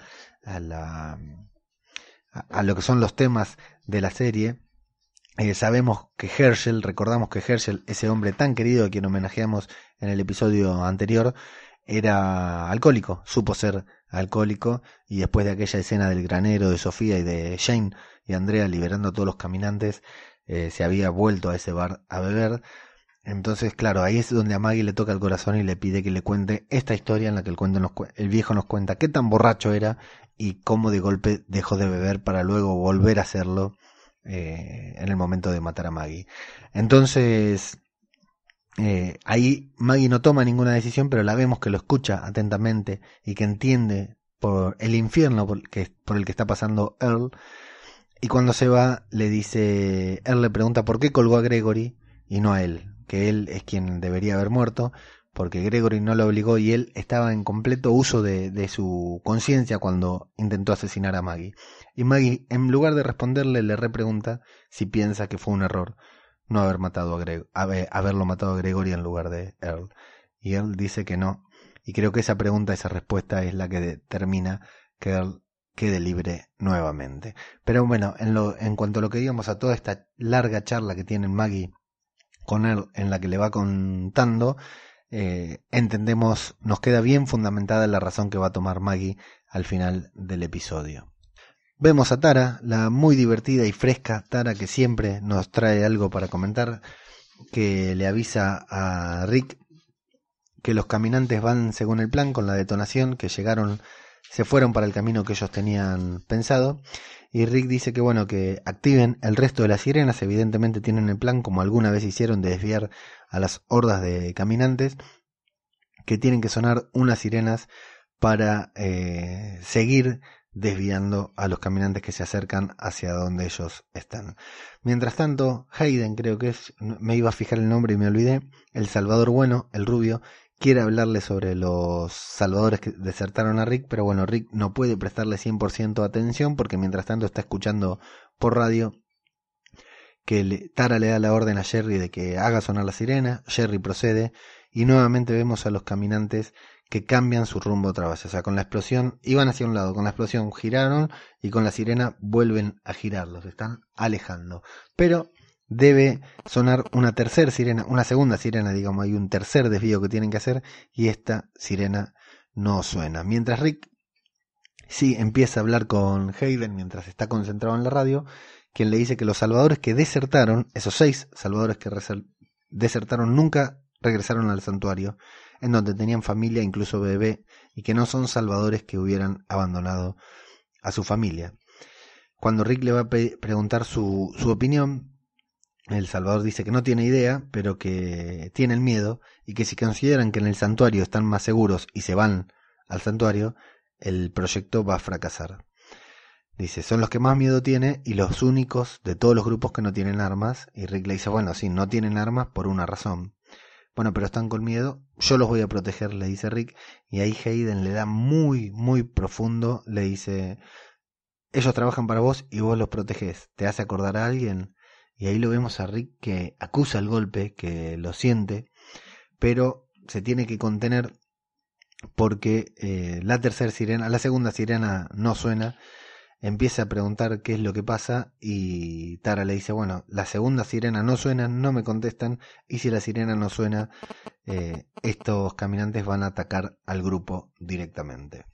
lo que son los temas de la serie, sabemos que Herschel, recordamos que Herschel, ese hombre tan querido a quien homenajeamos en el episodio anterior, era alcohólico, supo ser alcohólico, y después de aquella escena del granero de Sofía y de Jane y Andrea liberando a todos los caminantes, se había vuelto a ese bar a beber. Entonces, claro, ahí es donde a Maggie le toca el corazón y le pide que le cuente esta historia en la que el viejo nos cuenta qué tan borracho era y cómo de golpe dejó de beber para luego volver a hacerlo en el momento de matar a Maggie. Entonces ahí Maggie no toma ninguna decisión, pero la vemos que lo escucha atentamente y que entiende por el infierno por el que está pasando Earl. Y cuando se va, Earl le pregunta por qué colgó a Gregory y no a él, que él es quien debería haber muerto, porque Gregory no lo obligó y él estaba en completo uso de su conciencia cuando intentó asesinar a Maggie. Y Maggie, en lugar de responderle, le repregunta si piensa que fue un error no haber matado haberlo matado a Gregory en lugar de Earl. Y Earl dice que no. Y creo que esa pregunta, esa respuesta es la que determina que Earl quede libre nuevamente. Pero bueno, en cuanto a lo que digamos, a toda esta larga charla que tiene Maggie con Earl, en la que le va contando, entendemos, nos queda bien fundamentada la razón que va a tomar Maggie al final del episodio. Vemos a Tara, la muy divertida y fresca Tara que siempre nos trae algo para comentar, que le avisa a Rick que los caminantes van según el plan con la detonación, que se fueron para el camino que ellos tenían pensado, y Rick dice que bueno, que activen el resto de las sirenas. Evidentemente tienen el plan, como alguna vez hicieron, de desviar a las hordas de caminantes, que tienen que sonar unas sirenas para seguir desviando a los caminantes que se acercan hacia donde ellos están. Mientras tanto, Hayden, creo que es, me iba a fijar el nombre y me olvidé, el Salvador bueno, el rubio, quiere hablarle sobre los salvadores que desertaron a Rick, pero bueno, Rick no puede prestarle 100% atención porque mientras tanto está escuchando por radio que Tara le da la orden a Jerry de que haga sonar la sirena. Jerry procede y nuevamente vemos a los caminantes que cambian su rumbo otra vez. O sea, con la explosión iban hacia un lado, con la explosión giraron y con la sirena vuelven a girar, los están alejando. Pero debe sonar una tercera sirena, una segunda sirena, digamos, hay un tercer desvío que tienen que hacer y esta sirena no suena. Mientras Rick sí empieza a hablar con Hayden mientras está concentrado en la radio, quien le dice que los salvadores que desertaron, esos 6 salvadores que desertaron, nunca regresaron al santuario, en donde tenían familia, incluso bebé, y que no son salvadores que hubieran abandonado a su familia. Cuando Rick le va a preguntar su opinión, el salvador dice que no tiene idea, pero que tiene el miedo, y que si consideran que en el santuario están más seguros y se van al santuario, el proyecto va a fracasar. Dice, son los que más miedo tiene y los únicos de todos los grupos que no tienen armas. Y Rick le dice, bueno, sí, no tienen armas por una razón. Bueno, pero están con miedo, yo los voy a proteger, le dice Rick. Y ahí Hayden le da muy, muy profundo, le dice, ellos trabajan para vos y vos los protegés. ¿Te hace acordar a alguien? Y ahí lo vemos a Rick que acusa el golpe, que lo siente, pero se tiene que contener porque la segunda sirena no suena. Empieza a preguntar qué es lo que pasa y Tara le dice, bueno, la segunda sirena no suena, no me contestan, y si la sirena no suena, estos caminantes van a atacar al grupo directamente.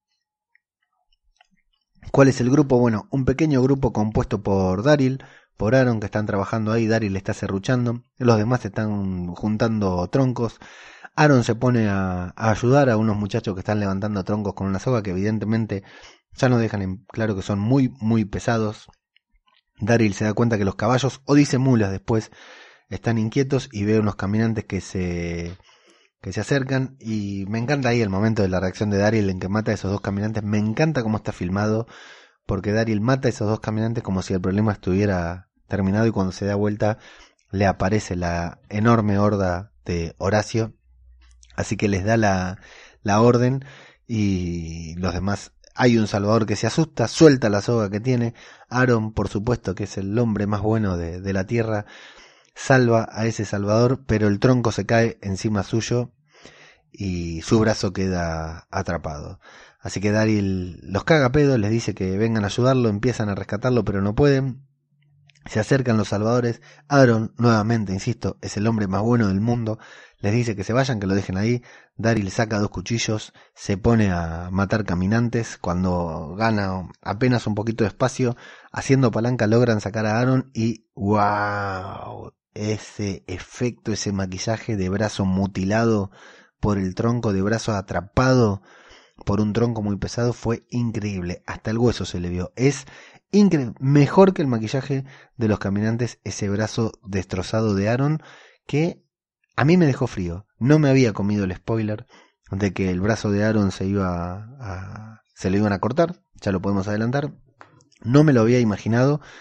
¿Cuál es el grupo? Bueno, un pequeño grupo compuesto por Daryl, por Aaron, que están trabajando ahí. Daryl está serruchando, los demás están juntando troncos. Aaron se pone a ayudar a unos muchachos que están levantando troncos con una soga, que evidentemente ya nos dejan en claro que son muy, muy pesados. Daryl se da cuenta que los caballos, o dice mulas después, están inquietos y ve unos caminantes que se acercan. Y me encanta ahí el momento de la reacción de Daryl en que mata a esos 2 caminantes. Me encanta cómo está filmado, porque Daryl mata a esos 2 caminantes como si el problema estuviera terminado, y cuando se da vuelta le aparece la enorme horda de Horacio. Así que les da la orden y los demás. Hay un salvador que se asusta, suelta la soga que tiene. Aaron, por supuesto, que es el hombre más bueno de la tierra, salva a ese salvador, pero el tronco se cae encima suyo y su brazo queda atrapado. Así que Daryl los caga a pedo, les dice que vengan a ayudarlo, empiezan a rescatarlo, pero no pueden. Se acercan los salvadores. Aaron, nuevamente, insisto, es el hombre más bueno del mundo, les dice que se vayan, que lo dejen ahí. Daryl saca 2 cuchillos, se pone a matar caminantes. Cuando gana apenas un poquito de espacio, haciendo palanca logran sacar a Aaron y ¡wow! Ese efecto, ese maquillaje de brazo mutilado por el tronco, de brazo atrapado por un tronco muy pesado, fue increíble. Hasta el hueso se le vio. Es increíble, mejor que el maquillaje de los caminantes, ese brazo destrozado de Aaron, que a mí me dejó frío. No me había comido el spoiler de que el brazo de Aaron se lo iban a cortar, ya lo podemos adelantar. No me lo había imaginado,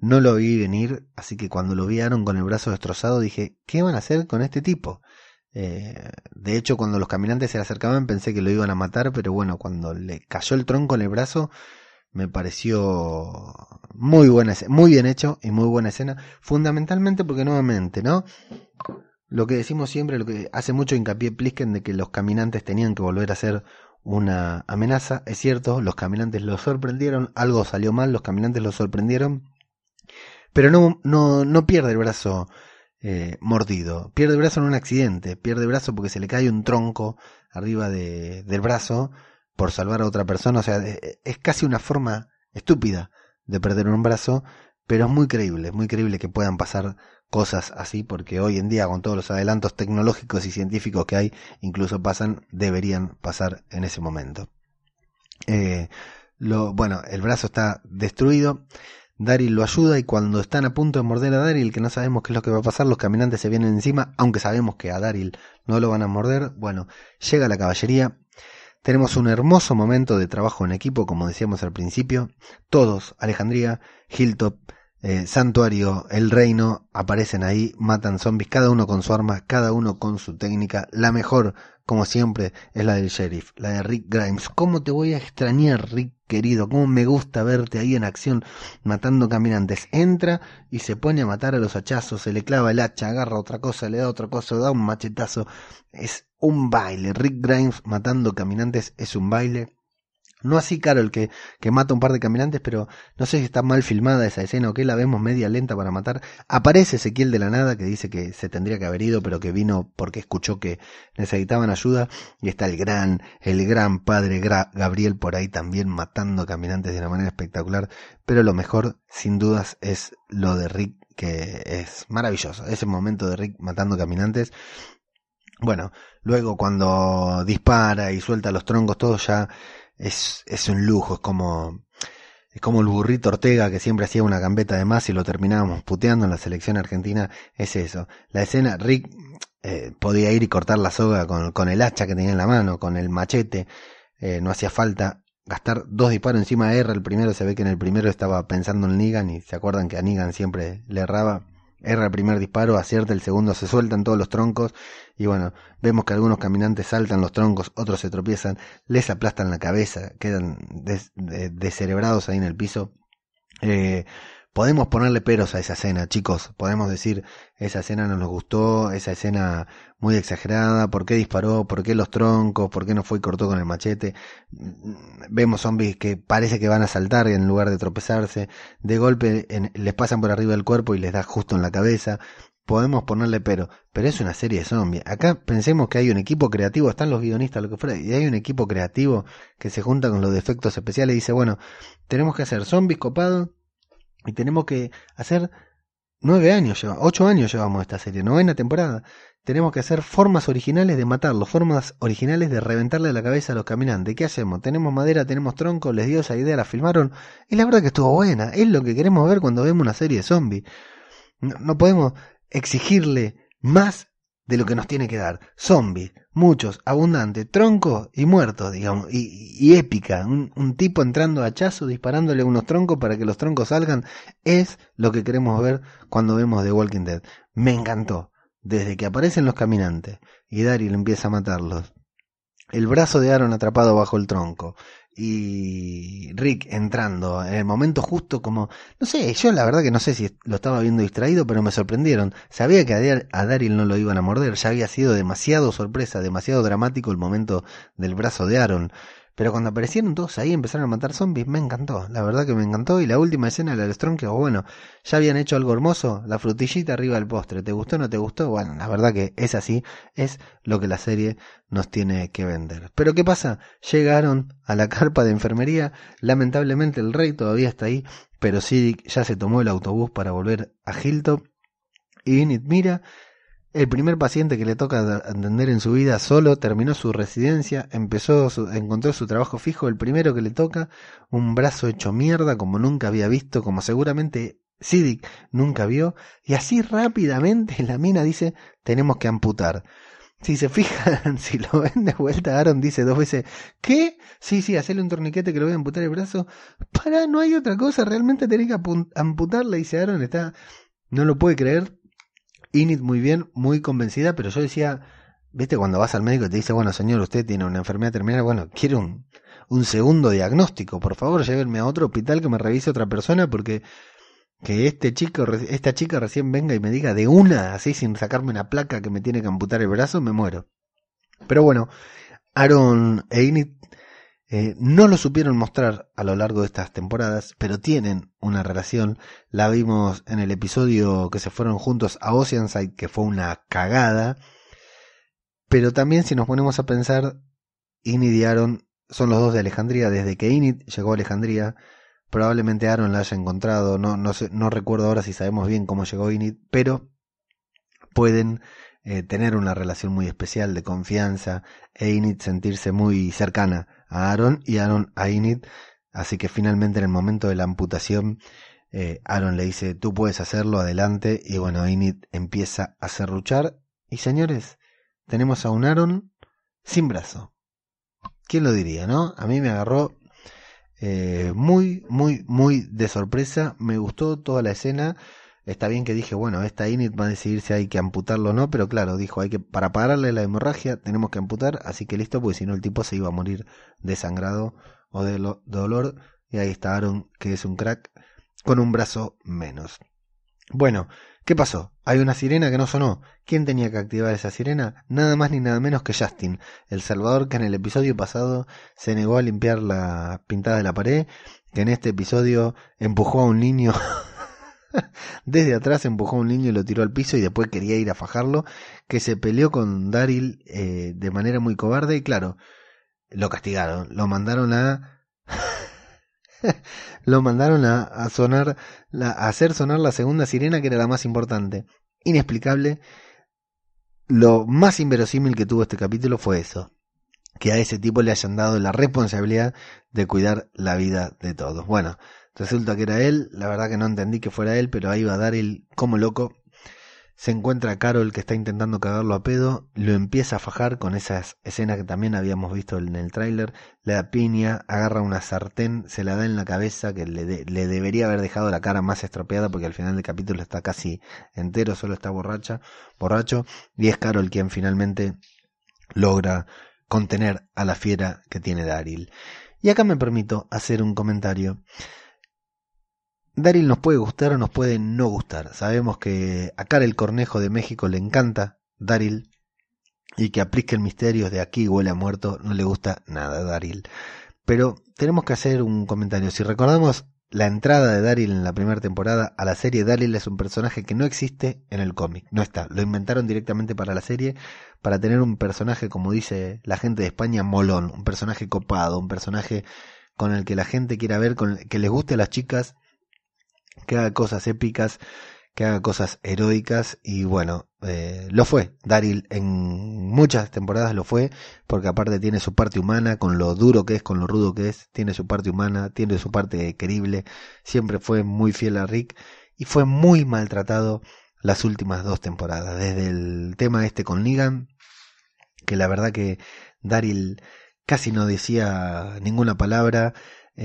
No lo vi venir, así que cuando lo vi a Aaron con el brazo destrozado dije, ¿qué van a hacer con este tipo? De hecho, cuando los caminantes se le acercaban pensé que lo iban a matar, pero bueno, cuando le cayó el tronco en el brazo, me pareció muy buena, muy bien hecho y muy buena escena, fundamentalmente porque nuevamente, ¿no? Lo que decimos siempre, lo que hace mucho hincapié Plisken de que los caminantes tenían que volver a ser una amenaza, es cierto, los caminantes lo sorprendieron, algo salió mal, los caminantes lo sorprendieron, pero no pierde el brazo mordido, pierde el brazo en un accidente, pierde el brazo porque se le cae un tronco arriba del brazo por salvar a otra persona, o sea, es casi una forma estúpida de perder un brazo, pero es muy creíble que puedan pasar cosas así, porque hoy en día con todos los adelantos tecnológicos y científicos que hay, incluso deberían pasar en ese momento. Bueno, el brazo está destruido, Daryl lo ayuda y cuando están a punto de morder a Daryl, que no sabemos qué es lo que va a pasar, los caminantes se vienen encima, aunque sabemos que a Daryl no lo van a morder. Bueno, llega la caballería, tenemos un hermoso momento de trabajo en equipo, como decíamos al principio, todos, Alejandría, Hilltop, Santuario, el Reino, aparecen ahí, matan zombies, cada uno con su arma, cada uno con su técnica. La mejor, como siempre, es la del sheriff, la de Rick Grimes. ¿Cómo te voy a extrañar, Rick querido? ¿Cómo me gusta verte ahí en acción matando caminantes? Entra y se pone a matar a los hachazos, se le clava el hacha, agarra otra cosa, le da otra cosa, da un machetazo. Es un baile. Rick Grimes matando caminantes es un baile. No así Carol que mata un par de caminantes, pero no sé si está mal filmada esa escena o que la vemos media lenta para matar. Aparece Ezequiel de la nada que dice que se tendría que haber ido, pero que vino porque escuchó que necesitaban ayuda. Y está el gran padre Gabriel por ahí también matando caminantes de una manera espectacular. Pero lo mejor, sin dudas, es lo de Rick, que es maravilloso. Ese momento de Rick matando caminantes. Bueno, luego cuando dispara y suelta los troncos, todo ya es un lujo, es como el burrito Ortega que siempre hacía una gambeta de más y lo terminábamos puteando en la selección argentina, es eso. La escena, Rick podía ir y cortar la soga con el hacha que tenía en la mano, con el machete, no hacía falta gastar 2 disparos encima de R. El primero se ve que en el primero estaba pensando en Negan y se acuerdan que a Negan siempre le erraba. Erra el primer disparo, acierta el segundo, se sueltan todos los troncos y bueno, vemos que algunos caminantes saltan los troncos, otros se tropiezan, les aplastan la cabeza, quedan descerebrados ahí en el piso. Podemos ponerle peros a esa escena, chicos, podemos decir, esa escena no nos gustó, esa escena muy exagerada, ¿por qué disparó? ¿Por qué los troncos? ¿Por qué no fue y cortó con el machete? Vemos zombies que parece que van a saltar en lugar de tropezarse, de golpe les pasan por arriba del cuerpo y les da justo en la cabeza. Podemos ponerle pero es una serie de zombies. Acá pensemos que hay un equipo creativo, están los guionistas, lo que fuera, y hay un equipo creativo que se junta con los efectos especiales y dice, bueno, tenemos que hacer zombies copados, y tenemos que hacer 8 años llevamos esta serie, 9ª temporada. Tenemos que hacer formas originales de matarlos, formas originales de reventarle la cabeza a los caminantes. ¿Qué hacemos? Tenemos madera, tenemos tronco, les dio esa idea, la filmaron, y la verdad que estuvo buena. Es lo que queremos ver cuando vemos una serie de zombies. No podemos exigirle más de lo que nos tiene que dar. Zombies, muchos, abundantes, troncos y muertos, digamos, y épica. Un tipo entrando a hachazo, disparándole unos troncos para que los troncos salgan, es lo que queremos ver cuando vemos The Walking Dead. Me encantó. Desde que aparecen los caminantes y Daryl empieza a matarlos, el brazo de Aaron atrapado bajo el tronco y Rick entrando en el momento justo, como no sé, yo la verdad que no sé si lo estaba viendo distraído, pero me sorprendieron. Sabía que a Daryl no lo iban a morder, ya había sido demasiado sorpresa, demasiado dramático el momento del brazo de Aaron, pero cuando aparecieron todos ahí, empezaron a matar zombies, me encantó, la verdad que me encantó. Y la última escena, la del Strong, que bueno, ya habían hecho algo hermoso, la frutillita arriba del postre, ¿te gustó o no te gustó? Bueno, la verdad que es así, es lo que la serie nos tiene que vender. Pero ¿qué pasa? Llegaron a la carpa de enfermería, lamentablemente el rey todavía está ahí, pero Siddiq ya se tomó el autobús para volver a Hilltop, y Enid mira. El primer paciente que le toca atender en su vida solo terminó su residencia, encontró su trabajo fijo, el primero que le toca, un brazo hecho mierda como nunca había visto, como seguramente Siddiq nunca vio, y así rápidamente la mina dice, tenemos que amputar. Si se fijan, si lo ven de vuelta, Aaron dice 2 veces, ¿qué? Sí, hacerle un torniquete que le voy a amputar el brazo. Para, no hay otra cosa, realmente tenés que amputarle, dice Aaron, no lo puede creer. Enid muy bien, muy convencida, pero yo decía, viste, cuando vas al médico y te dice, bueno señor, usted tiene una enfermedad terminal, bueno, quiero un segundo diagnóstico, por favor llévenme a otro hospital que me revise otra persona, porque que esta chica recién venga y me diga de una, así sin sacarme una placa que me tiene que amputar el brazo, me muero. Pero bueno, Aaron e Enid no lo supieron mostrar a lo largo de estas temporadas, pero tienen una relación. La vimos en el episodio que se fueron juntos a Oceanside, que fue una cagada. Pero también, si nos ponemos a pensar, Enid y Aaron son los dos de Alejandría. Desde que Enid llegó a Alejandría, probablemente Aaron la haya encontrado. No recuerdo ahora si sabemos bien cómo llegó Enid, pero pueden tener una relación muy especial de confianza, e Enid sentirse muy cercana a Aaron y Aaron a Enid. Así que finalmente en el momento de la amputación, Aaron le dice, tú puedes hacerlo, adelante. Y bueno, Enid empieza a serruchar. Y señores, tenemos a un Aaron sin brazo. ¿Quién lo diría, no? A mí me agarró muy de sorpresa. Me gustó toda la escena. Está bien que dije, bueno, esta Enid va a decidir si hay que amputarlo o no, pero claro, dijo, para pararle la hemorragia tenemos que amputar, así que listo, porque si no el tipo se iba a morir desangrado o de dolor. Y ahí está Aaron, que es un crack, con un brazo menos. Bueno, ¿qué pasó? Hay una sirena que no sonó. ¿Quién tenía que activar esa sirena? Nada más ni nada menos que Justin, el salvador que en el episodio pasado se negó a limpiar la pintada de la pared, que en este episodio empujó a un niño desde atrás, empujó a un niño y lo tiró al piso y después quería ir a fajarlo, que se peleó con Daryl de manera muy cobarde y claro, lo castigaron, lo mandaron a a hacer sonar la segunda sirena, que era la más importante. Inexplicable. Lo más inverosímil que tuvo este capítulo fue eso, que a ese tipo le hayan dado la responsabilidad de cuidar la vida de todos. Bueno, resulta que era él, la verdad que no entendí que fuera él, pero ahí va Daryl como loco. Se encuentra a Carol, que está intentando cagarlo a pedo, lo empieza a fajar con esas escenas que también habíamos visto en el tráiler, le da piña, agarra una sartén, se la da en la cabeza, que le debería haber dejado la cara más estropeada, porque al final del capítulo está casi entero, solo está borracho, y es Carol quien finalmente logra contener a la fiera que tiene Daryl. Y acá me permito hacer un comentario. Daryl nos puede gustar o nos puede no gustar. Sabemos que a Cara el Cornejo de México le encanta Daryl, y que aplique el misterio de aquí huele a muerto no le gusta nada a Daryl. Pero tenemos que hacer un comentario. Si recordamos la entrada de Daryl en la primera temporada a la serie, Daryl es un personaje que no existe en el cómic, no está. Lo inventaron directamente para la serie, para tener un personaje, como dice la gente de España, molón, un personaje copado, un personaje con el que la gente quiera ver, con el que les guste a las chicas, que haga cosas épicas, que haga cosas heroicas. Y bueno, lo fue Daryl en muchas temporadas, lo fue, porque aparte tiene su parte humana, con lo duro que es, con lo rudo que es, tiene su parte humana, tiene su parte querible. Siempre fue muy fiel a Rick y fue muy maltratado las últimas 2 temporadas, desde el tema con Negan, que la verdad que Daryl casi no decía ninguna palabra.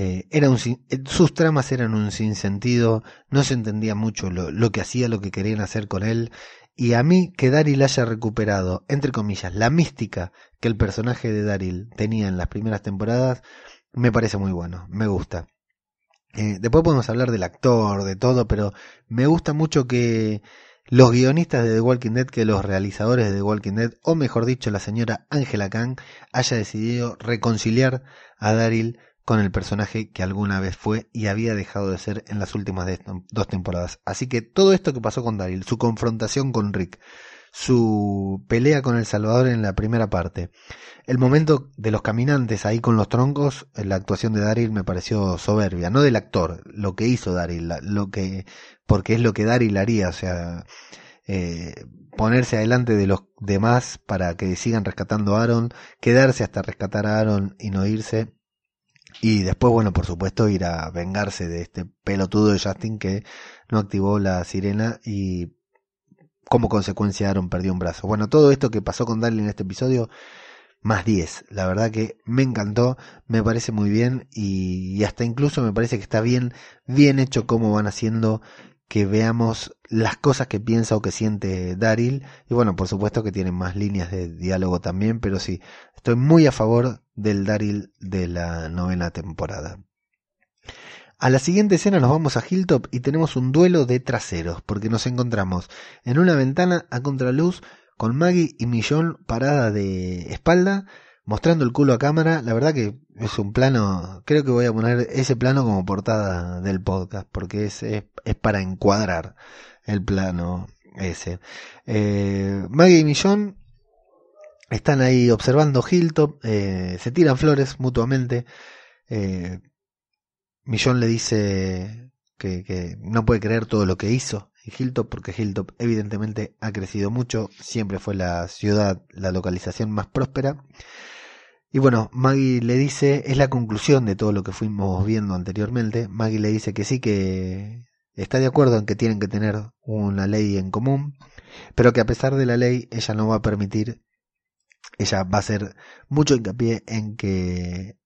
Sus tramas eran un sinsentido, no se entendía mucho lo que hacía, lo que querían hacer con él. Y a mí que Daryl haya recuperado, entre comillas, la mística que el personaje de Daryl tenía en las primeras temporadas, me parece muy bueno, me gusta. Después podemos hablar del actor, de todo, pero me gusta mucho que los guionistas de The Walking Dead, que los realizadores de The Walking Dead, o mejor dicho la señora Angela Kang, haya decidido reconciliar a Daryl con el personaje que alguna vez fue y había dejado de ser en las últimas 2 temporadas. Así que todo esto que pasó con Daryl, su confrontación con Rick, su pelea con el Salvador en la primera parte, el momento de los caminantes ahí con los troncos, la actuación de Daryl me pareció soberbia, no del actor, lo que hizo Daryl, porque es lo que Daryl haría, o sea, ponerse adelante de los demás para que sigan rescatando a Aaron, quedarse hasta rescatar a Aaron y no irse. Y después, bueno, por supuesto, ir a vengarse de este pelotudo de Justin que no activó la sirena y como consecuencia Aaron perdió un brazo. Bueno, todo esto que pasó con Daryl en este episodio, más 10. La verdad que me encantó, me parece muy bien y hasta incluso me parece que está bien hecho cómo van haciendo que veamos las cosas que piensa o que siente Daryl. Y bueno, por supuesto que tienen más líneas de diálogo también, pero sí, estoy muy a favor del Daryl de la 9ª temporada. A la siguiente escena nos vamos a Hilltop y tenemos un duelo de traseros, porque nos encontramos en una ventana a contraluz con Maggie y Michonne parada de espalda, mostrando el culo a cámara. La verdad que es un plano, creo que voy a poner ese plano como portada del podcast, porque es para encuadrar el plano ese. Maggie y Michonne están ahí observando Hilltop, se tiran flores mutuamente. Michonne le dice que no puede creer todo lo que hizo en Hilltop, porque Hilltop evidentemente ha crecido mucho, siempre fue la ciudad, la localización más próspera. Y bueno, Maggie le dice, es la conclusión de todo lo que fuimos viendo anteriormente. Maggie le dice que sí, que está de acuerdo en que tienen que tener una ley en común, pero que a pesar de la ley ella no va a permitir, ella va a hacer mucho hincapié en que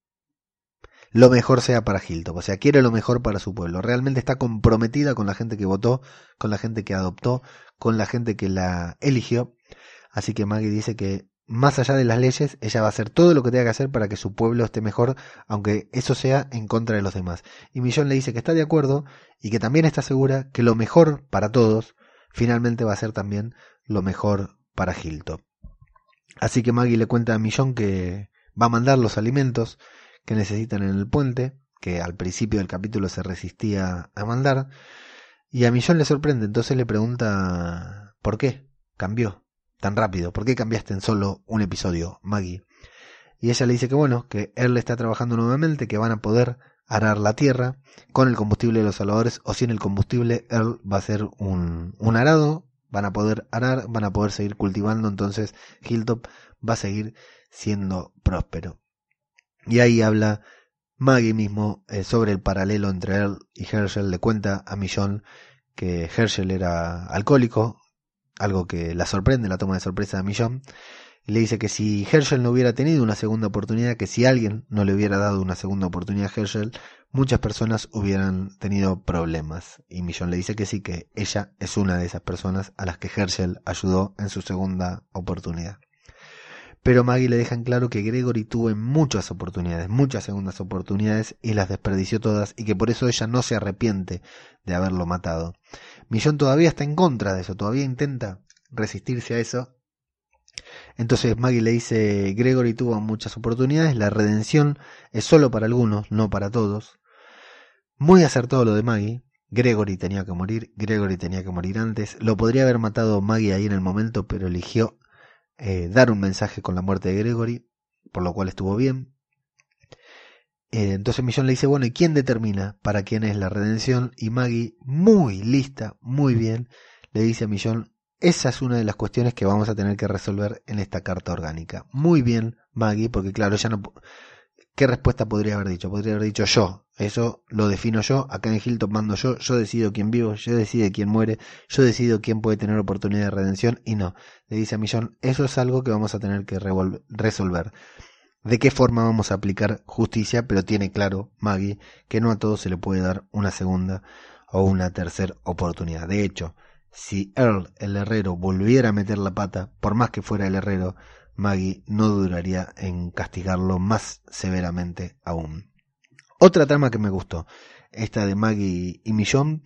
lo mejor sea para Hilltop, o sea, quiere lo mejor para su pueblo. Realmente está comprometida con la gente que votó, con la gente que adoptó, con la gente que la eligió. Así que Maggie dice que más allá de las leyes, ella va a hacer todo lo que tenga que hacer para que su pueblo esté mejor, aunque eso sea en contra de los demás. Y Michonne le dice que está de acuerdo y que también está segura que lo mejor para todos finalmente va a ser también lo mejor para Hilltop. Así que Maggie le cuenta a Michonne que va a mandar los alimentos que necesitan en el puente, que al principio del capítulo se resistía a mandar, y a Michonne le sorprende, entonces le pregunta ¿por qué cambió tan rápido? ¿Por qué cambiaste en solo un episodio, Maggie? Y ella le dice que bueno, que Earl está trabajando nuevamente, que van a poder arar la tierra con el combustible de los salvadores, o sin el combustible Earl va a ser un arado, van a poder arar, van a poder seguir cultivando, entonces Hilltop va a seguir siendo próspero. Y ahí habla Maggie mismo sobre el paralelo entre Earl y Herschel. Le cuenta a Michonne que Herschel era alcohólico, algo que la sorprende, la toma de sorpresa a Michonne. Y le dice que si Herschel no hubiera tenido una segunda oportunidad, que si alguien no le hubiera dado una segunda oportunidad a Herschel, muchas personas hubieran tenido problemas. Y Michonne le dice que sí, que ella es una de esas personas a las que Herschel ayudó en su segunda oportunidad. Pero Maggie le deja en claro que Gregory tuvo muchas oportunidades, muchas segundas oportunidades, y las desperdició todas, y que por eso ella no se arrepiente de haberlo matado. Michonne todavía está en contra de eso, todavía intenta resistirse a eso. Entonces Maggie le dice, Gregory tuvo muchas oportunidades, la redención es solo para algunos, no para todos. Muy acertado lo de Maggie. Gregory tenía que morir antes. Lo podría haber matado Maggie ahí en el momento, pero eligió dar un mensaje con la muerte de Gregory, por lo cual estuvo bien. Entonces Michonne le dice, bueno, ¿y quién determina para quién es la redención? Y Maggie, muy lista, muy bien, le dice a Michonne, esa es una de las cuestiones que vamos a tener que resolver en esta carta orgánica. Muy bien, Maggie, porque claro, ella no... ¿Qué respuesta podría haber dicho? Podría haber dicho yo, eso lo defino yo, acá en Hilltop mando yo decido quién vivo, yo decido quién muere, yo decido quién puede tener oportunidad de redención, y no, le dice a Michonne, eso es algo que vamos a tener que resolver. ¿De qué forma vamos a aplicar justicia? Pero tiene claro Maggie que no a todos se le puede dar una segunda o una tercera oportunidad. De hecho, si Earl, el herrero, volviera a meter la pata, por más que fuera el herrero, Maggie no dudaría en castigarlo más severamente aún. Otra trama que me gustó, esta de Maggie y Michonne,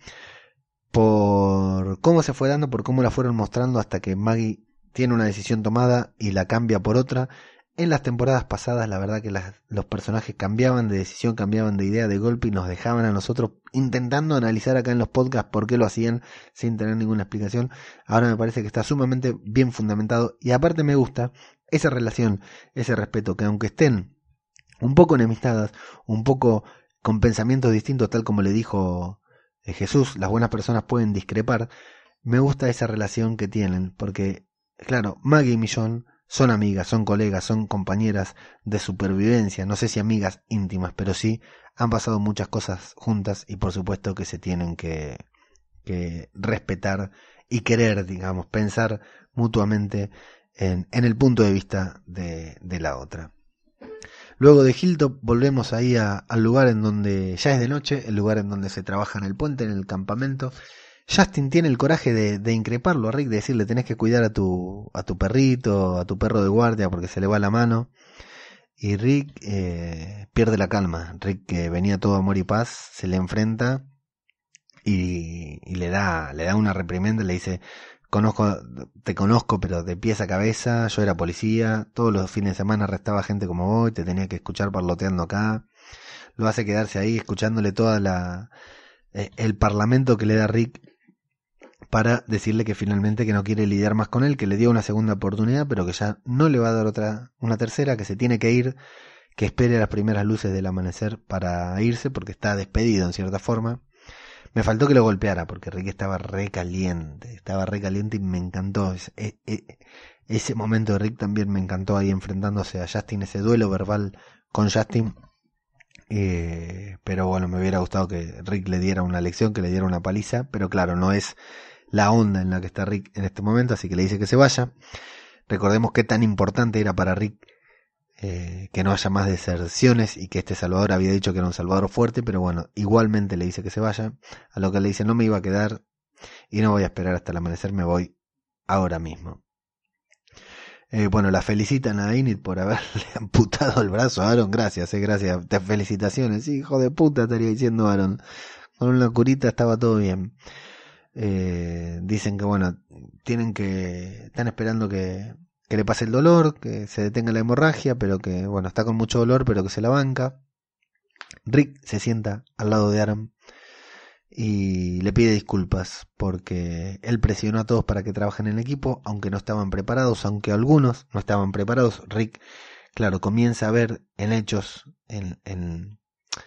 por cómo se fue dando, por cómo la fueron mostrando hasta que Maggie tiene una decisión tomada y la cambia por otra. En las temporadas pasadas, la verdad que los personajes cambiaban de decisión, cambiaban de idea de golpe y nos dejaban a nosotros intentando analizar acá en los podcasts por qué lo hacían sin tener ninguna explicación. Ahora me parece que está sumamente bien fundamentado y aparte me gusta esa relación, ese respeto, que aunque estén un poco enemistadas, un poco con pensamientos distintos, tal como le dijo Jesús, las buenas personas pueden discrepar. Me gusta esa relación que tienen, porque claro, Maggie y Michonne son amigas, son colegas, son compañeras de supervivencia, no sé si amigas íntimas, pero sí han pasado muchas cosas juntas y por supuesto que se tienen que respetar y querer, digamos, pensar mutuamente en el punto de vista de la otra. Luego de Hilltop volvemos ahí al lugar en donde ya es de noche, el lugar en donde se trabaja en el puente, en el campamento. Justin tiene el coraje de increparlo a Rick, de decirle tenés que cuidar a tu perrito, a tu perro de guardia porque se le va la mano. Y Rick pierde la calma. Rick, que venía todo amor y paz, se le enfrenta y le da una reprimenda, le dice: te conozco pero de pies a cabeza, yo era policía, todos los fines de semana arrestaba gente como vos, te tenía que escuchar parloteando acá. Lo hace quedarse ahí escuchándole toda el parlamento que le da Rick para decirle que finalmente que no quiere lidiar más con él, que le dio una segunda oportunidad pero que ya no le va a dar una tercera, que se tiene que ir, que espere las primeras luces del amanecer para irse porque está despedido en cierta forma. Me faltó que lo golpeara porque Rick estaba re caliente y me encantó. Ese momento de Rick también me encantó ahí enfrentándose a Justin, ese duelo verbal con Justin. Pero bueno, me hubiera gustado que Rick le diera una lección, que le diera una paliza, pero claro, no es la onda en la que está Rick en este momento, así que le dice que se vaya. Recordemos qué tan importante era para Rick que no haya más deserciones y que este Salvador había dicho que era un Salvador fuerte, pero bueno, igualmente le dice que se vaya, a lo que le dice: no me iba a quedar y no voy a esperar hasta el amanecer, me voy ahora mismo. Bueno, la felicitan a Enid por haberle amputado el brazo a Aaron. Gracias, gracias, felicitaciones. Sí, hijo de puta, estaría diciendo Aaron. Con una curita estaba todo bien. Dicen que bueno, están esperando que le pase el dolor, que se detenga la hemorragia, pero que bueno, está con mucho dolor, pero que se la banca. Rick se sienta al lado de Aaron y le pide disculpas porque él presionó a todos para que trabajen en equipo, aunque no estaban preparados, aunque algunos no estaban preparados. Rick, claro, comienza a ver en hechos, en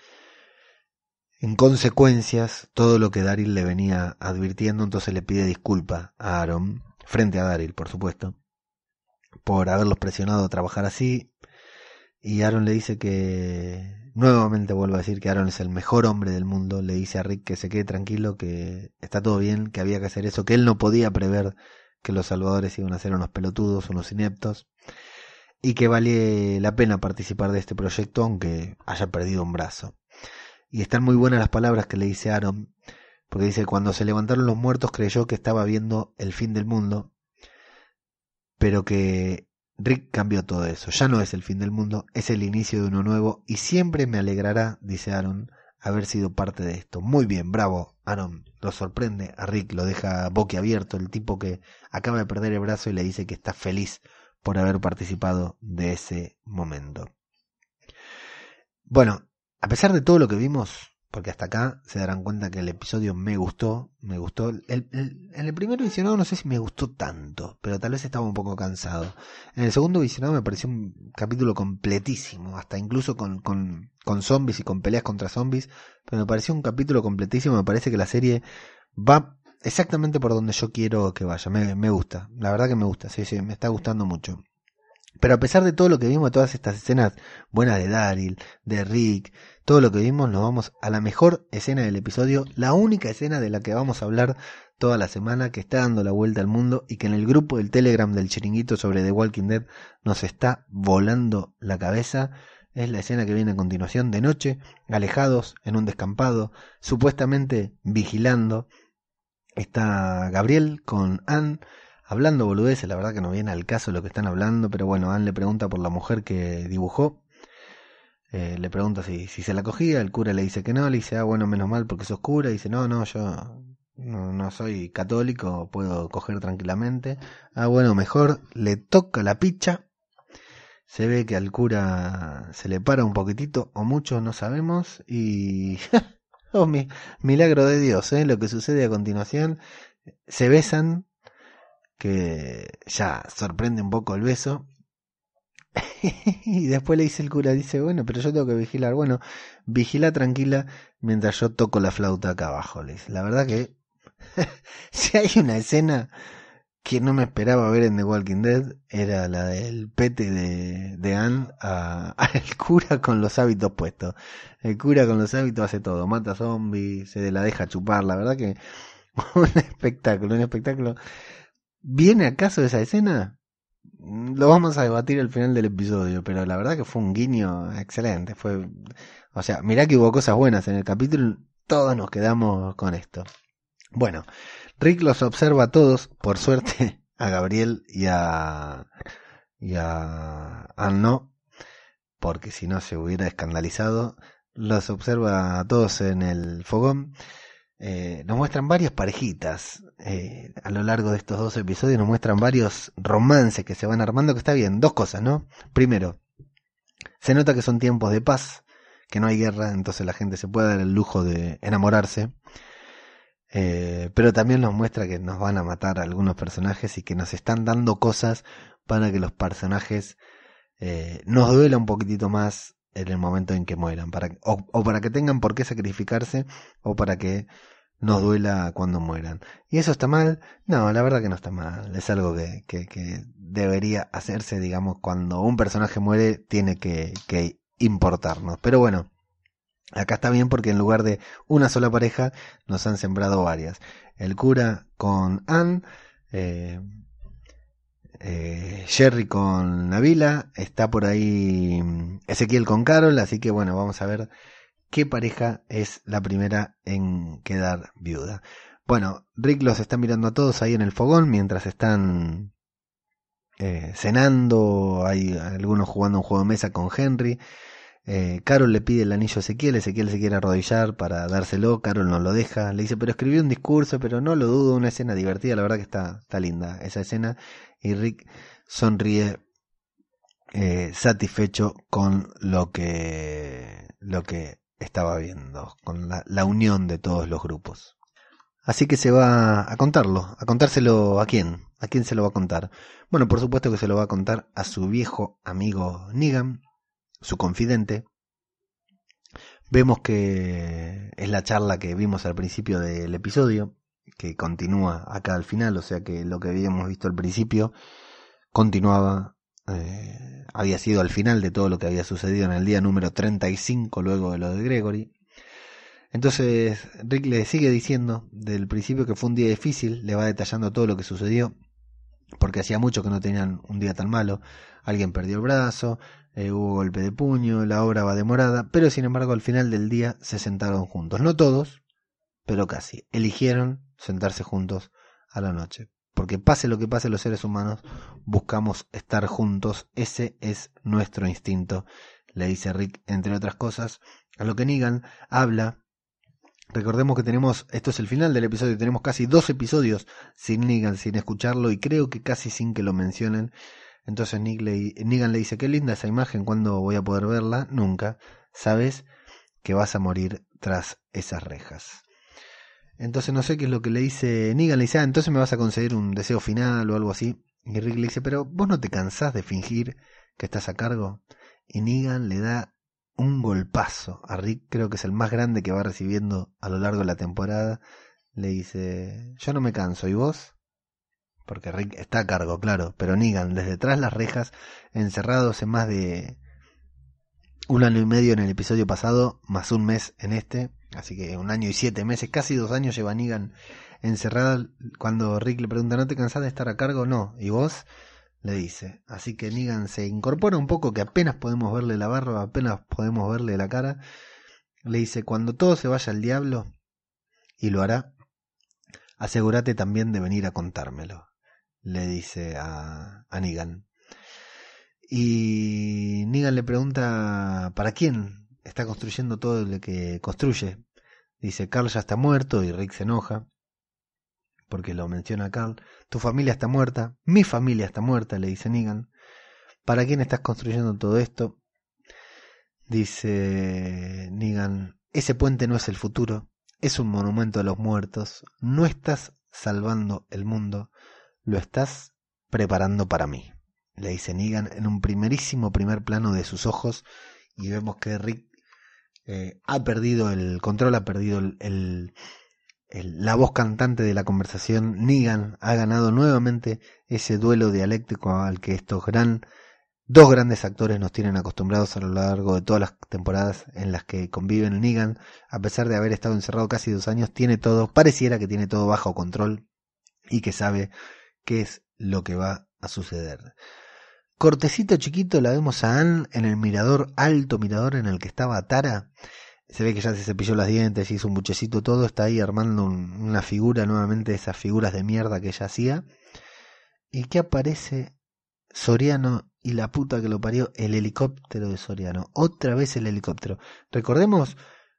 consecuencias, todo lo que Daryl le venía advirtiendo. Entonces le pide disculpas a Aaron, frente a Daryl, por supuesto, por haberlos presionado a trabajar así. Y Aaron le dice que, nuevamente vuelvo a decir que Aaron es el mejor hombre del mundo. Le dice a Rick que se quede tranquilo, que está todo bien, que había que hacer eso, que él no podía prever que los salvadores iban a ser unos pelotudos, unos ineptos, y que vale la pena participar de este proyecto aunque haya perdido un brazo. Y están muy buenas las palabras que le dice Aaron, porque dice: cuando se levantaron los muertos creyó que estaba viendo el fin del mundo, pero que Rick cambió todo eso. Ya no es el fin del mundo, es el inicio de uno nuevo, y siempre me alegrará, dice Aaron, haber sido parte de esto. Muy bien, bravo, Aaron. Lo sorprende a Rick, lo deja boquiabierto, el tipo que acaba de perder el brazo, y le dice que está feliz por haber participado de ese momento. Bueno, a pesar de todo lo que vimos, porque hasta acá se darán cuenta que el episodio me gustó. En el primer visionado no sé si me gustó tanto, pero tal vez estaba un poco cansado. En el segundo visionado me pareció un capítulo completísimo, hasta incluso con zombies y con peleas contra zombies, pero me pareció un capítulo completísimo. Me parece que la serie va exactamente por donde yo quiero que vaya. Me gusta, la verdad que me gusta, sí, me está gustando mucho. Pero a pesar de todo lo que vimos, de todas estas escenas buenas de Daryl, de Rick, todo lo que vimos, nos vamos a la mejor escena del episodio, la única escena de la que vamos a hablar toda la semana, que está dando la vuelta al mundo y que en el grupo del Telegram del Chiringuito sobre The Walking Dead nos está volando la cabeza. Es la escena que viene a continuación, de noche, alejados en un descampado, supuestamente vigilando. Está Gabriel con Ann, hablando boludeces, la verdad que no viene al caso lo que están hablando, pero bueno, Ann le pregunta por la mujer que dibujó, le pregunta si se la cogía, el cura le dice que no, le dice: bueno, menos mal porque sos cura, y dice: no, yo no soy católico, puedo coger tranquilamente. Bueno, mejor, le toca la picha, se ve que al cura se le para un poquitito, o mucho, no sabemos, y... oh, milagro de Dios, lo que sucede a continuación, se besan, que ya sorprende un poco el beso, y después le dice el cura, dice: bueno, pero yo tengo que vigilar. Bueno, vigila tranquila mientras yo toco la flauta acá abajo, le dice. La verdad que si hay una escena que no me esperaba ver en The Walking Dead, era la del pete de Ann al cura con los hábitos puestos. El cura con los hábitos hace todo, mata zombies, se la deja chupar. La verdad que Un espectáculo, un espectáculo. ¿Viene acaso esa escena? Lo vamos a debatir al final del episodio, pero la verdad que fue un guiño excelente. O sea, mirá que hubo cosas buenas en el capítulo, todos nos quedamos con esto. Bueno, Rick los observa a todos, por suerte a Gabriel y a Ann no, porque si no se hubiera escandalizado. Los observa a todos en el fogón. Nos muestran varias parejitas a lo largo de estos 2 episodios, nos muestran varios romances que se van armando, que está bien. 2 cosas, ¿no? Primero, se nota que son tiempos de paz, que no hay guerra, entonces la gente se puede dar el lujo de enamorarse, pero también nos muestra que nos van a matar a algunos personajes y que nos están dando cosas para que los personajes nos duela un poquitito más en el momento en que mueran, o para que tengan por qué sacrificarse, o para que nos duela cuando mueran. ¿Y eso está mal? No, la verdad que no está mal. Es algo que debería hacerse, digamos, cuando un personaje muere, tiene que importarnos. Pero bueno, acá está bien porque en lugar de una sola pareja, nos han sembrado varias. El cura con Ann, Jerry con Nabila, está por ahí Ezequiel con Carol, así que bueno, vamos a ver qué pareja es la primera en quedar viuda. Bueno, Rick los está mirando a todos ahí en el fogón mientras están cenando, hay algunos jugando un juego de mesa con Henry. Carol le pide el anillo a Ezequiel se quiere arrodillar para dárselo, Carol no lo deja, le dice pero escribí un discurso, pero no lo dudo, una escena divertida, la verdad que está linda esa escena, y Rick sonríe satisfecho con lo que estaba viendo, con la unión de todos los grupos. Así que se va a contárselo ¿a quién? ¿A quién se lo va a contar? Bueno, por supuesto que se lo va a contar a su viejo amigo Negan, su confidente. Vemos que es la charla que vimos al principio del episodio, que continúa acá al final, o sea que lo que habíamos visto al principio continuaba, había sido al final de todo lo que había sucedido en el día número 35 luego de lo de Gregory. Entonces Rick le sigue diciendo del principio que fue un día difícil, le va detallando todo lo que sucedió, porque hacía mucho que no tenían un día tan malo. Alguien perdió el brazo, hubo golpe de puño, la obra va demorada, pero sin embargo al final del día se sentaron juntos. No todos, pero casi. Eligieron sentarse juntos a la noche. Porque pase lo que pase, los seres humanos buscamos estar juntos. Ese es nuestro instinto, le dice Rick, entre otras cosas. A lo que Negan habla. Recordemos que esto es el final del episodio, tenemos casi 2 episodios sin Negan, sin escucharlo, y creo que casi sin que lo mencionen. Entonces Negan le dice, qué linda esa imagen, ¿cuándo voy a poder verla? Nunca. Sabes que vas a morir tras esas rejas. Entonces no sé qué es lo que le dice Negan, le dice, entonces me vas a conceder un deseo final o algo así. Y Rick le dice, pero vos no te cansás de fingir que estás a cargo. Y Negan le da un golpazo a Rick, creo que es el más grande que va recibiendo a lo largo de la temporada. Le dice, yo no me canso, ¿y vos? Porque Rick está a cargo, claro, pero Negan desde tras las rejas, encerrados en más de 1 año y medio en el episodio pasado, más 1 mes en este, así que 1 año y 7 meses, casi 2 años lleva Negan encerrada. Cuando Rick le pregunta, ¿no te cansás de estar a cargo? No, ¿y vos? Le dice. Así que Negan se incorpora un poco, que apenas podemos verle la barba, apenas podemos verle la cara. Le dice, cuando todo se vaya al diablo, y lo hará, asegúrate también de venir a contármelo, le dice a Negan. Y Negan le pregunta, ¿para quién está construyendo todo lo que construye? Dice, Carl ya está muerto, y Rick se enoja porque lo menciona Carl. Tu familia está muerta, mi familia está muerta, le dice Negan. ¿Para quién estás construyendo todo esto? Dice Negan, ese puente no es el futuro, es un monumento a los muertos. No estás salvando el mundo, lo estás preparando para mí, le dice Negan en un primer plano de sus ojos, y vemos que Rick ha perdido el control, ha perdido la voz cantante de la conversación. Negan ha ganado nuevamente ese duelo dialéctico al que estos gran Dos grandes actores nos tienen acostumbrados a lo largo de todas las temporadas en las que conviven. Negan, a pesar de haber estado encerrado casi 2 años, tiene todo, pareciera que tiene todo bajo control y que sabe qué es lo que va a suceder. Cortecito chiquito, la vemos a Anne en el mirador, alto mirador en el que estaba Tara. Se ve que ya se cepilló los dientes y hizo un buchecito todo, está ahí armando una figura, nuevamente esas figuras de mierda que ella hacía. Y que aparece Soriano y la puta que lo parió, el helicóptero de Soriano. Otra vez el helicóptero. Recordemos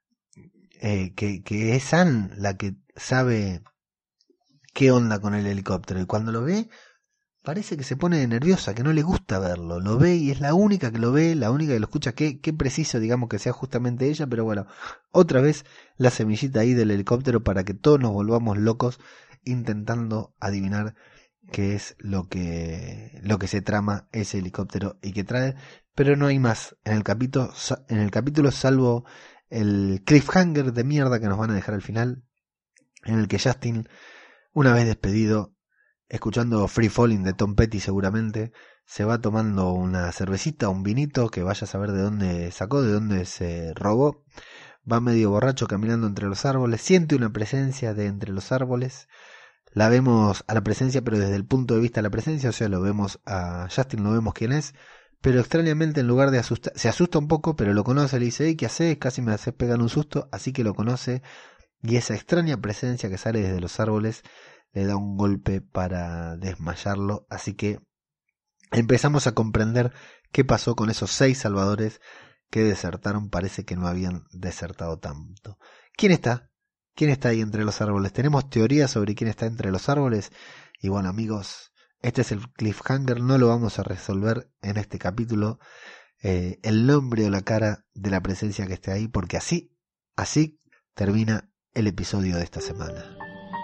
que es Anne la que sabe qué onda con el helicóptero. Y cuando lo ve, parece que se pone nerviosa, que no le gusta verlo. Lo ve y es la única que lo ve, la única que lo escucha. Qué preciso, digamos, que sea justamente ella. Pero bueno, otra vez la semillita ahí del helicóptero para que todos nos volvamos locos intentando adivinar qué es lo que se trama ese helicóptero y que trae. Pero no hay más en el capítulo salvo el cliffhanger de mierda que nos van a dejar al final, en el que Justin, una vez despedido, escuchando Free Falling de Tom Petty seguramente, se va tomando una cervecita, un vinito, que vaya a saber de dónde sacó, de dónde se robó. Va medio borracho caminando entre los árboles, siente una presencia de entre los árboles. La vemos a la presencia, pero desde el punto de vista de la presencia, o sea, lo vemos a Justin, no vemos quién es, pero extrañamente en lugar de asustar, se asusta un poco, pero lo conoce, le dice, ¿qué haces? Casi me haces pegar un susto, así que lo conoce, y esa extraña presencia que sale desde los árboles le da un golpe para desmayarlo, así que empezamos a comprender qué pasó con esos 6 salvadores que desertaron. Parece que no habían desertado tanto. ¿Quién está? ¿Quién está ahí entre los árboles? ¿Tenemos teorías sobre quién está entre los árboles? Y bueno, amigos, este es el cliffhanger, no lo vamos a resolver en este capítulo. El nombre o la cara de la presencia que esté ahí, porque así termina el episodio de esta semana.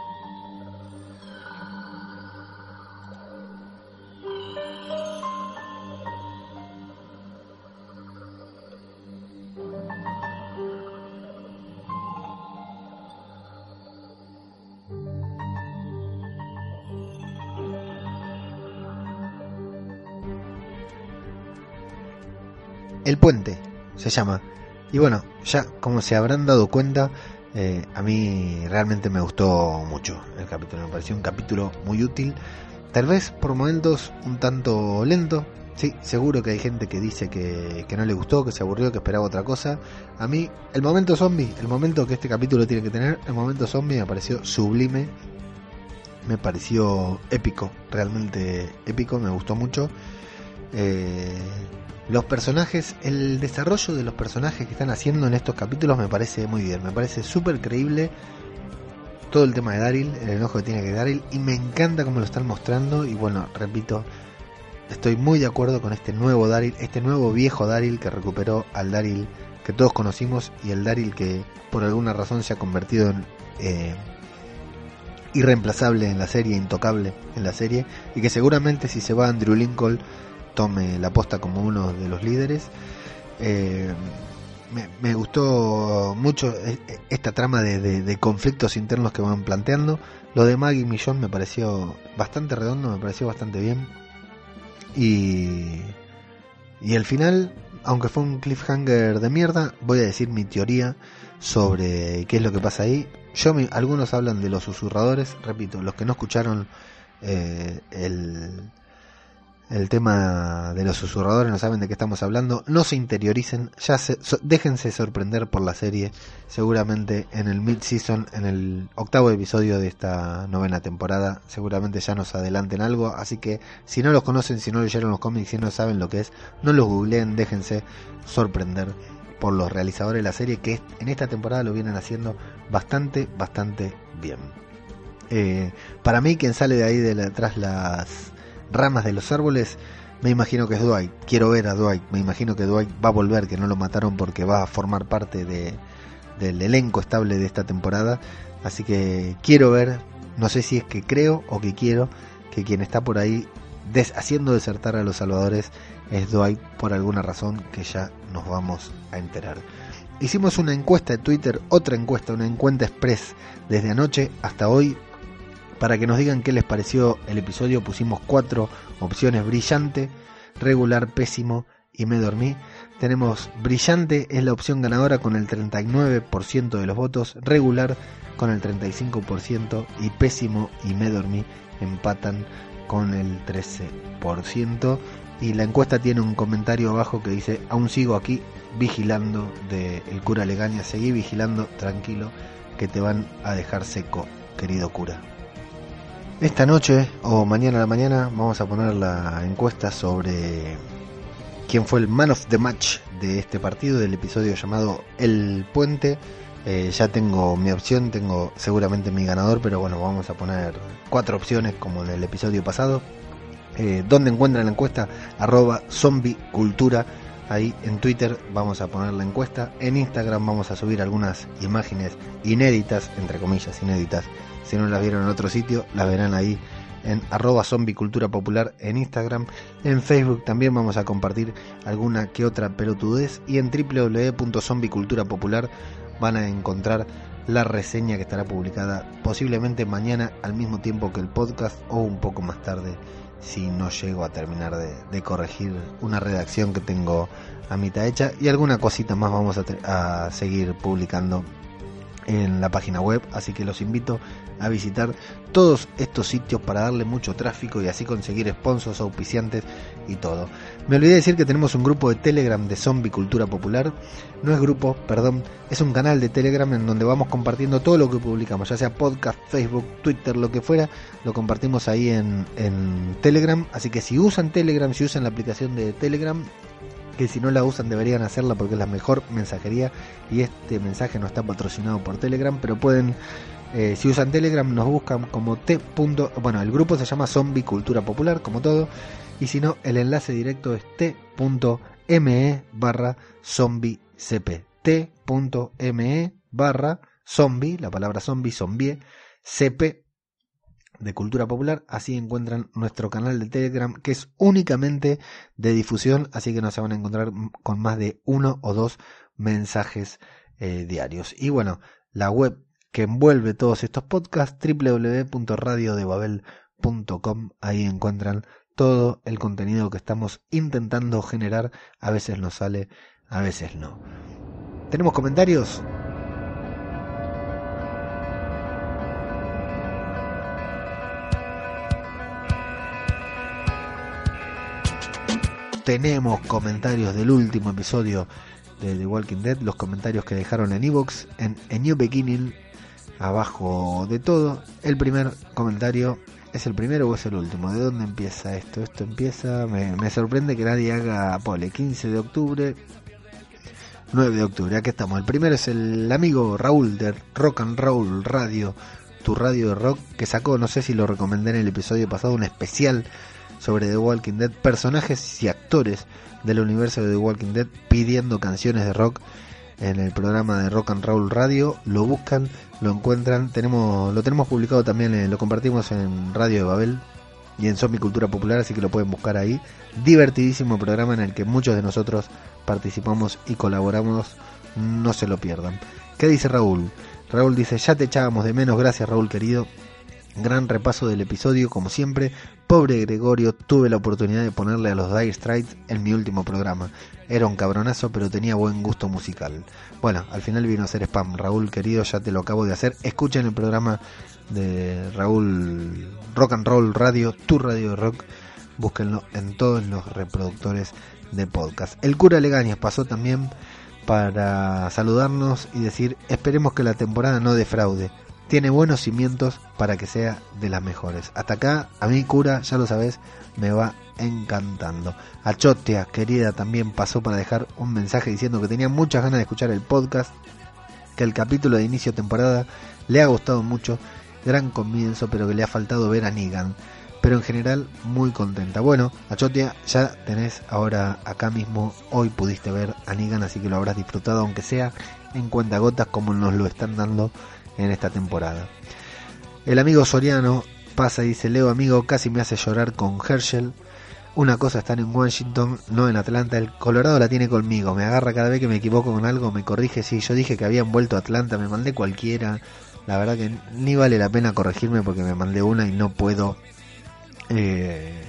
El puente se llama. Y bueno, ya como se habrán dado cuenta, a mí realmente me gustó mucho el capítulo. Me pareció un capítulo muy útil. Tal vez por momentos un tanto lento. Sí, seguro que hay gente que dice que no le gustó, que se aburrió, que esperaba otra cosa. A mí, el momento zombie, el momento que este capítulo tiene que tener, el momento zombie me pareció sublime. Me pareció épico, realmente épico, me gustó mucho. Los personajes, el desarrollo de los personajes que están haciendo en estos capítulos me parece muy bien, me parece súper creíble todo el tema de Daryl, el enojo que tiene que Daryl, y me encanta cómo lo están mostrando. Y bueno, repito, estoy muy de acuerdo con este nuevo Daryl, este nuevo viejo Daryl que recuperó al Daryl que todos conocimos y el Daryl que por alguna razón se ha convertido en irreemplazable en la serie, intocable en la serie, y que seguramente si se va Andrew Lincoln tome la posta como uno de los líderes. Me gustó mucho esta trama de conflictos internos que van planteando. Lo de Maggie Millón me pareció bastante redondo, me pareció bastante bien. Y el final, aunque fue un cliffhanger de mierda, voy a decir mi teoría sobre qué es lo que pasa ahí. Algunos hablan de los susurradores, repito, los que no escucharon el tema de los susurradores no saben de qué estamos hablando, no se interioricen, déjense sorprender por la serie. Seguramente en el mid-season, en el 8º episodio de esta 9ª temporada, seguramente ya nos adelanten algo, así que si no los conocen, si no leyeron los cómics, si no saben lo que es, no los googleen, déjense sorprender por los realizadores de la serie, que en esta temporada lo vienen haciendo bastante bien. Para mí, quien sale de ahí tras las ramas de los árboles, me imagino que es Dwight. Quiero ver a Dwight, me imagino que Dwight va a volver, que no lo mataron, porque va a formar parte del elenco estable de esta temporada. Así que quiero ver, no sé si es que creo o que quiero, que quien está por ahí haciendo desertar a los salvadores es Dwight, por alguna razón que ya nos vamos a enterar. Hicimos una encuesta de Twitter, otra encuesta, una encuesta express desde anoche hasta hoy, para que nos digan qué les pareció el episodio. Pusimos 4 opciones: brillante, regular, pésimo y me dormí. Tenemos brillante, es la opción ganadora con el 39% de los votos, regular con el 35% y pésimo y me dormí empatan con el 13%. Y la encuesta tiene un comentario abajo que dice: aún sigo aquí vigilando, de el cura Legaña. Seguí vigilando, tranquilo, que te van a dejar seco, querido cura. Esta noche o mañana a la mañana vamos a poner la encuesta sobre quién fue el man of the match de este partido, del episodio llamado El Puente. Ya tengo mi opción, tengo seguramente mi ganador, pero bueno, vamos a poner 4 opciones como en el episodio pasado. ¿Dónde encuentran la encuesta? @zombicultura. Ahí en Twitter vamos a poner la encuesta. En Instagram vamos a subir algunas imágenes inéditas, entre comillas inéditas. Si no las vieron en otro sitio, las verán ahí en @zombiculturapopular en Instagram. En Facebook también vamos a compartir alguna que otra pelotudez. Y en www.zombiculturapopular van a encontrar la reseña que estará publicada posiblemente mañana al mismo tiempo que el podcast, o un poco más tarde si no llego a terminar de corregir una redacción que tengo a mitad hecha. Y alguna cosita más vamos a seguir publicando en la página web, así que los invito a visitar todos estos sitios para darle mucho tráfico y así conseguir sponsors, auspiciantes y todo. Me olvidé decir que tenemos un grupo de Telegram de Zombie Cultura Popular. No es grupo, perdón, es un canal de Telegram en donde vamos compartiendo todo lo que publicamos, ya sea podcast, Facebook, Twitter, lo que fuera, lo compartimos ahí en Telegram. Así que si usan Telegram, si usan la aplicación de Telegram, que si no la usan deberían hacerla porque es la mejor mensajería, y este mensaje no está patrocinado por Telegram, pero pueden, si usan Telegram nos buscan como bueno, el grupo se llama Zombie Cultura Popular como todo, y si no el enlace directo es t.me/zombiecp, t.me/zombie, la palabra zombie, cp de Cultura Popular. Así encuentran nuestro canal de Telegram, que es únicamente de difusión, así que no se van a encontrar con más de 1 o 2 mensajes diarios. Y bueno, la web que envuelve todos estos podcasts, www.radiodebabel.com. Ahí encuentran todo el contenido que estamos intentando generar. A veces nos sale, a veces no. ¿Tenemos comentarios? Tenemos comentarios del último episodio de The Walking Dead, los comentarios que dejaron en iVoox, en A New Beginning, abajo de todo. El primer comentario, ¿es el primero o es el último? ¿De dónde empieza esto? Esto empieza, me sorprende que nadie haga pole, 15 de octubre, 9 de octubre, aquí estamos. El primero es el amigo Raúl de Rock and Roll Radio, tu radio de rock, que sacó, no sé si lo recomendé en el episodio pasado, un especial sobre The Walking Dead, personajes y actores del universo de The Walking Dead pidiendo canciones de rock en el programa de Rock and Roll Radio. Lo buscan, lo encuentran, lo tenemos publicado también, lo compartimos en Radio de Babel y en Zombie Cultura Popular, así que lo pueden buscar ahí. Divertidísimo programa en el que muchos de nosotros participamos y colaboramos, no se lo pierdan. ¿Qué dice Raúl? Raúl dice: ya te echábamos de menos, gracias Raúl querido. Gran repaso del episodio, como siempre. Pobre Gregorio, tuve la oportunidad de ponerle a los Dire Straits en mi último programa. Era un cabronazo, pero tenía buen gusto musical. Bueno, al final vino a ser spam. Raúl querido, ya te lo acabo de hacer. Escuchen el programa de Raúl, Rock and Roll Radio, tu radio de rock. Búsquenlo en todos los reproductores de podcast. El cura Legañas pasó también para saludarnos y decir: esperemos que la temporada no defraude. Tiene buenos cimientos para que sea de las mejores. Hasta acá, a mí, cura, ya lo sabes, me va encantando. Achotea, querida, también pasó para dejar un mensaje diciendo que tenía muchas ganas de escuchar el podcast, que el capítulo de inicio de temporada le ha gustado mucho, gran comienzo, pero que le ha faltado ver a Negan. Pero en general, muy contenta. Bueno, Achotea, ya tenés ahora acá mismo, hoy pudiste ver a Negan, así que lo habrás disfrutado, aunque sea en cuentagotas como nos lo están dando en esta temporada. El amigo Soriano pasa y dice: Leo amigo, casi me hace llorar con Herschel. Una cosa, están en Washington, no en Atlanta. El Colorado la tiene conmigo, me agarra cada vez que me equivoco con algo, me corrige. Sí, yo dije que habían vuelto a Atlanta, me mandé cualquiera. La verdad que ni vale la pena corregirme porque me mandé una y no puedo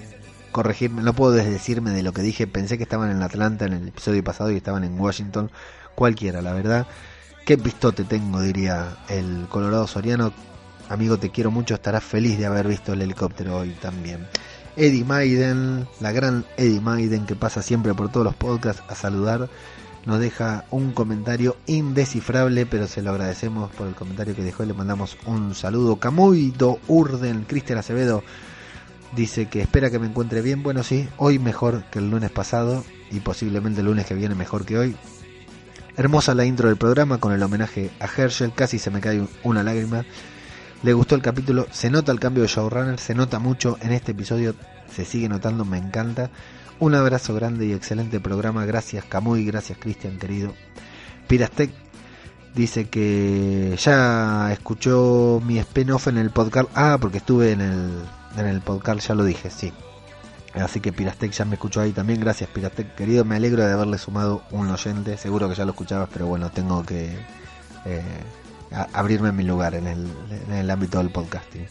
corregirme, no puedo desdecirme de lo que dije. Pensé que estaban en Atlanta en el episodio pasado y estaban en Washington. Cualquiera, la verdad. Qué pistote tengo, diría el Colorado Soriano. Amigo, te quiero mucho, estarás feliz de haber visto el helicóptero hoy también. Eddie Maiden, la gran Eddie Maiden, que pasa siempre por todos los podcasts a saludar, nos deja un comentario indescifrable, pero se lo agradecemos por el comentario que dejó y le mandamos un saludo. Camuido Urden, Cristian Acevedo, dice que espera que me encuentre bien. Bueno, sí, hoy mejor que el lunes pasado y posiblemente el lunes que viene mejor que hoy. Hermosa la intro del programa con el homenaje a Herschel, casi se me cae una lágrima. Le gustó el capítulo, se nota el cambio de showrunner, se nota mucho en este episodio, se sigue notando, me encanta. Un abrazo grande y excelente programa, gracias Camuy, gracias Cristian querido. Pirastec dice que ya escuchó mi spin-off en el podcast, porque estuve en el podcast, ya lo dije, sí. Así que Pirastec ya me escuchó ahí también, gracias Pirastec querido, me alegro de haberle sumado un oyente, seguro que ya lo escuchabas, pero bueno, tengo que abrirme en mi lugar en el ámbito del podcasting.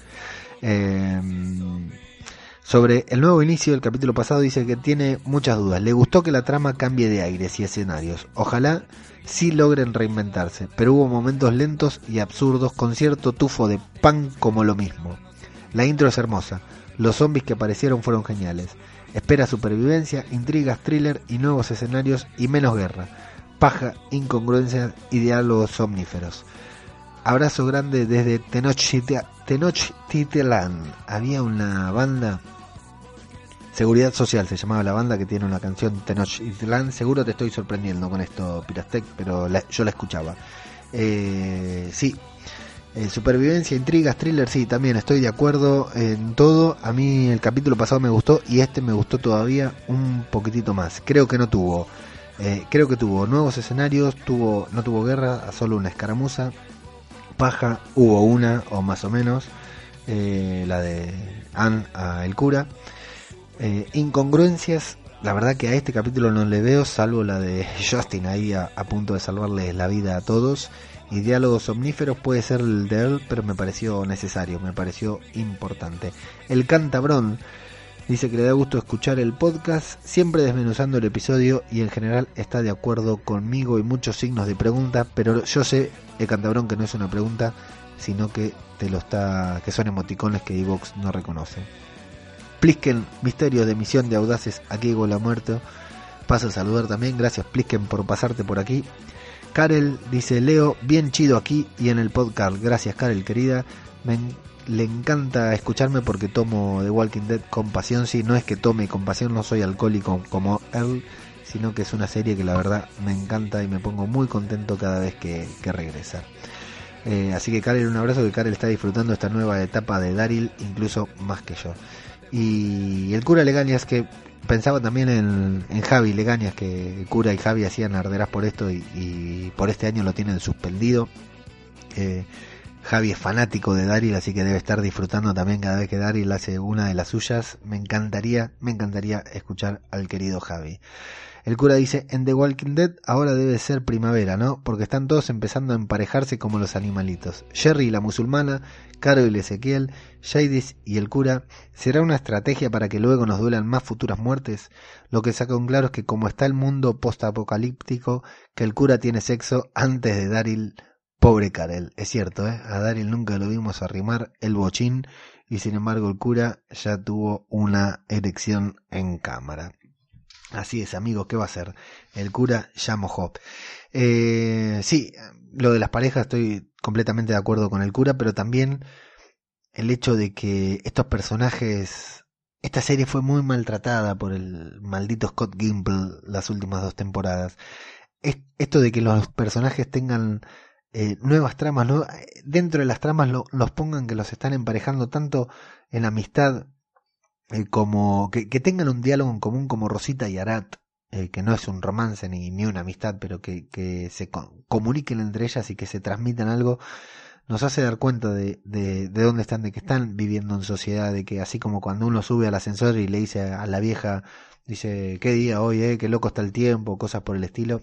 Sobre el nuevo inicio del capítulo pasado dice que tiene muchas dudas, le gustó que la trama cambie de aires y escenarios, ojalá sí logren reinventarse, pero hubo momentos lentos y absurdos con cierto tufo de pan como lo mismo. La intro es hermosa, los zombies que aparecieron fueron geniales, espera supervivencia, intrigas, thriller y nuevos escenarios y menos guerra, paja, incongruencias y diálogos somníferos. Abrazo grande desde Tenochtitlán. Había una banda, Seguridad Social se llamaba la banda, que tiene una canción, Tenochtitlán. Seguro te estoy sorprendiendo con esto, Pirastec, pero yo la escuchaba. Sí, supervivencia, intrigas, thriller, sí, también estoy de acuerdo en todo. A mí el capítulo pasado me gustó y este me gustó todavía un poquitito más. Creo que tuvo nuevos escenarios, no tuvo guerra, solo una escaramuza. Paja hubo una, o más o menos, la de Ann a el cura. Incongruencias, la verdad que a este capítulo no le veo, salvo la de Justin ahí a punto de salvarle la vida a todos. Y diálogos somníferos puede ser el de él, pero me pareció necesario, me pareció importante. El Cantabrón dice que le da gusto escuchar el podcast, siempre desmenuzando el episodio y en general está de acuerdo conmigo y muchos signos de pregunta, pero yo sé, el Cantabrón, que no es una pregunta, sino que que son emoticones que iVoox no reconoce. Plisken, misterio de misión de audaces, aquí llegó la muerte. Paso a saludar también, gracias Plisken por pasarte por aquí. Karel dice, Leo, bien chido aquí y en el podcast, gracias Karel querida, le encanta escucharme porque tomo The Walking Dead con pasión. Sí, no es que tome con pasión, no soy alcohólico como él, sino que es una serie que la verdad me encanta y me pongo muy contento cada vez que regresa. Así que Karel, un abrazo, que Karel está disfrutando esta nueva etapa de Daryl, incluso más que yo. Y el cura Legañas, que pensaba también en Javi Legañas, que el cura y Javi hacían arderás por esto y por este año lo tienen suspendido. Javi es fanático de Daryl, así que debe estar disfrutando también cada vez que Daryl hace una de las suyas. Me encantaría escuchar al querido Javi. El cura dice, en The Walking Dead ahora debe ser primavera, ¿no? Porque están todos empezando a emparejarse como los animalitos. Jerry y la musulmana, Caro y el Ezequiel, Jadis y el cura. ¿Será una estrategia para que luego nos duelan más futuras muertes? Lo que saca en claro es que como está el mundo postapocalíptico, que el cura tiene sexo antes de Daryl. Pobre Karel, es cierto, a Daryl nunca lo vimos arrimar el bochín y sin embargo el cura ya tuvo una erección en cámara. Así es, amigos, ¿qué va a hacer? El cura ya mojó. Sí, lo de las parejas estoy completamente de acuerdo con el cura, pero también el hecho de que estos personajes... Esta serie fue muy maltratada por el maldito Scott Gimple las últimas 2 temporadas. Esto de que los personajes tengan... nuevas tramas, ¿no? Dentro de las tramas los pongan que los están emparejando tanto en amistad como que tengan un diálogo en común como Rosita y Arat, que no es un romance ni una amistad, pero que se comuniquen entre ellas y que se transmitan algo, nos hace dar cuenta de dónde están, de que están viviendo en sociedad, de que así como cuando uno sube al ascensor y le dice a la vieja, dice, qué día hoy, qué loco está el tiempo, cosas por el estilo.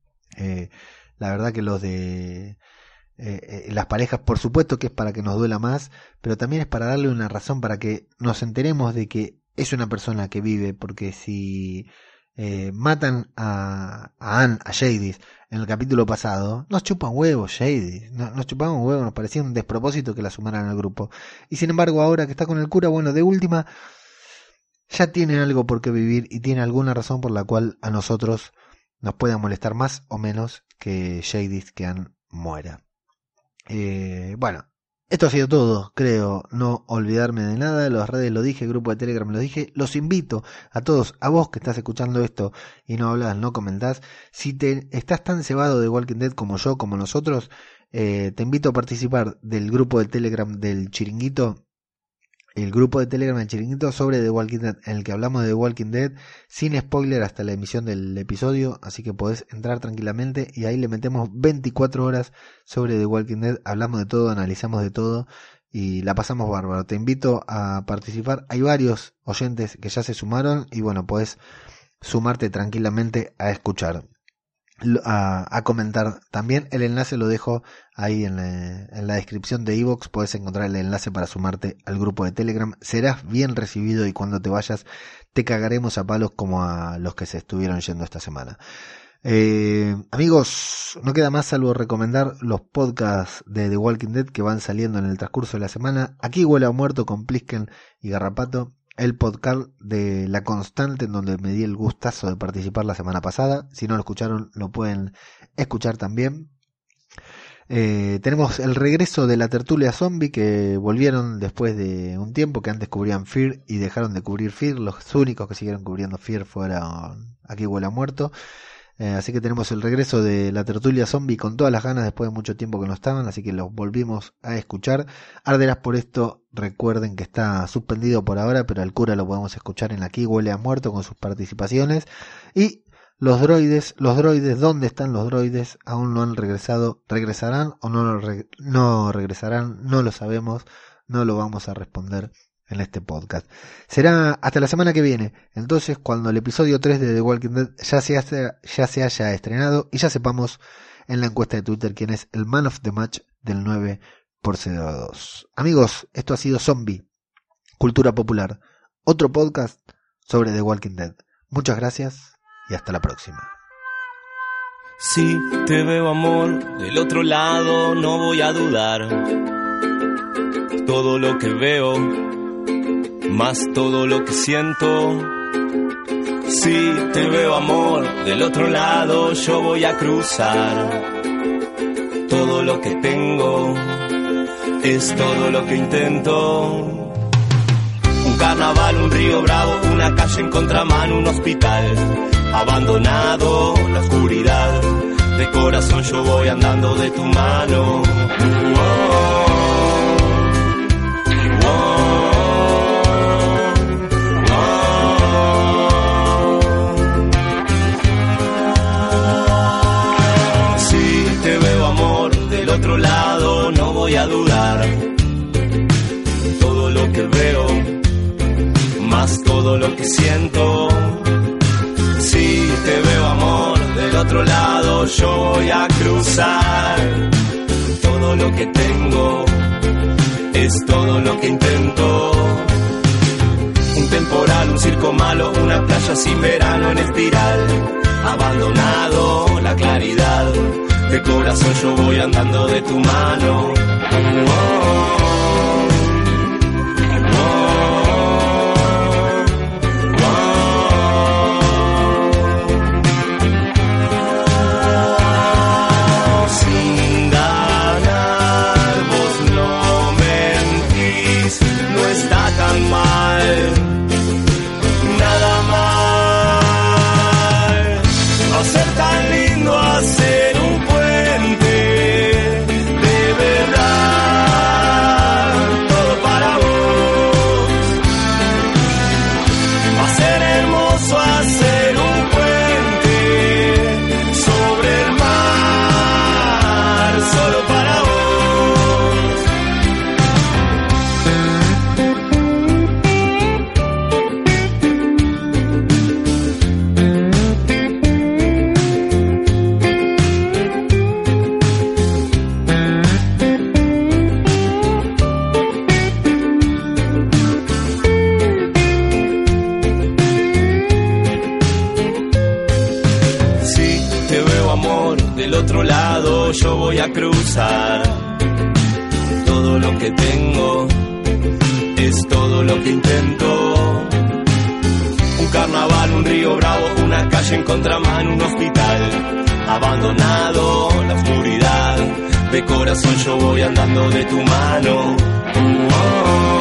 La verdad que los de las parejas, por supuesto que es para que nos duela más, pero también es para darle una razón, para que nos enteremos de que es una persona que vive, porque si matan a Anne, a Jadis, en el capítulo pasado, nos chupan huevos Jadis, nos chupaban huevos, nos parecía un despropósito que la sumaran al grupo. Y sin embargo, ahora que está con el cura, bueno, de última, ya tiene algo por qué vivir y tiene alguna razón por la cual a nosotros nos pueda molestar más o menos que Jadis, que Anne muera. Bueno, esto ha sido todo, creo, no olvidarme de nada. Las redes lo dije, el grupo de Telegram lo dije. Los invito a todos, a vos que estás escuchando esto y no hablas, no comentás. Si te estás tan cebado de Walking Dead como yo, como nosotros, te invito a participar del grupo de Telegram del Chiringuito. El grupo de Telegram del Chiringuito sobre The Walking Dead, en el que hablamos de The Walking Dead sin spoiler hasta la emisión del episodio, así que podés entrar tranquilamente y ahí le metemos 24 horas sobre The Walking Dead, hablamos de todo, analizamos de todo y la pasamos bárbaro. Te invito a participar, hay varios oyentes que ya se sumaron y bueno, podés sumarte tranquilamente a escuchar, a comentar también. El enlace lo dejo ahí en la descripción de iVoox, podés encontrar el enlace para sumarte al grupo de Telegram. Serás bien recibido y cuando te vayas te cagaremos a palos como a los que se estuvieron yendo esta semana. Amigos, no queda más salvo recomendar los podcasts de The Walking Dead que van saliendo en el transcurso de la semana. Aquí Huele a Muerto con Plisken y Garrapato, el podcast de La Constante, en donde me di el gustazo de participar la semana pasada. Si no lo escucharon, lo pueden escuchar también. Tenemos el regreso de la tertulia zombie, que volvieron después de un tiempo, que antes cubrían Fear y dejaron de cubrir Fear. Los únicos que siguieron cubriendo Fear fueron Aquí Huele a Muerto. Así que tenemos el regreso de la tertulia zombie con todas las ganas después de mucho tiempo que no estaban, así que los volvimos a escuchar. Arderás por esto, recuerden que está suspendido por ahora, pero al cura lo podemos escuchar en Aquí Huele a Muerto con sus participaciones. Y los droides, ¿dónde están los droides? Aún no han regresado. ¿Regresarán o no regresarán? No lo sabemos, no lo vamos a responder en este podcast. Será hasta la semana que viene, entonces, cuando el episodio 3 de The Walking Dead ya se haya estrenado y ya sepamos en la encuesta de Twitter quién es el Man of the Match del 9x02. Amigos, esto ha sido Zombie, Cultura Popular, otro podcast sobre The Walking Dead. Muchas gracias y hasta la próxima.
Si te veo, amor, del otro lado, no voy a dudar. Todo lo que veo, más todo lo que siento. Si te veo, amor, del otro lado, yo voy a cruzar. Todo lo que tengo es todo lo que intento. Un carnaval, un río bravo, una calle en contramano, un hospital abandonado, la oscuridad. De corazón yo voy andando de tu mano. Otro lado, no voy a dudar. Todo lo que veo, más todo lo que siento. Si te veo, amor, del otro lado, yo voy a cruzar. Todo lo que tengo es todo lo que intento. Un temporal, un circo malo, una playa sin verano en espiral. Abandonado, la claridad. De corazón yo voy andando de tu mano. Sin ganar, vos no mentís, no está tan mal, nada mal. No ser tan lindo, hacer un puente de verdad. lado yo voy a cruzar. Todo lo que tengo es todo lo que intento. Un carnaval, un río bravo, una calle en contramano, un hospital abandonado, la oscuridad. De corazón yo voy andando de tu mano. Oh.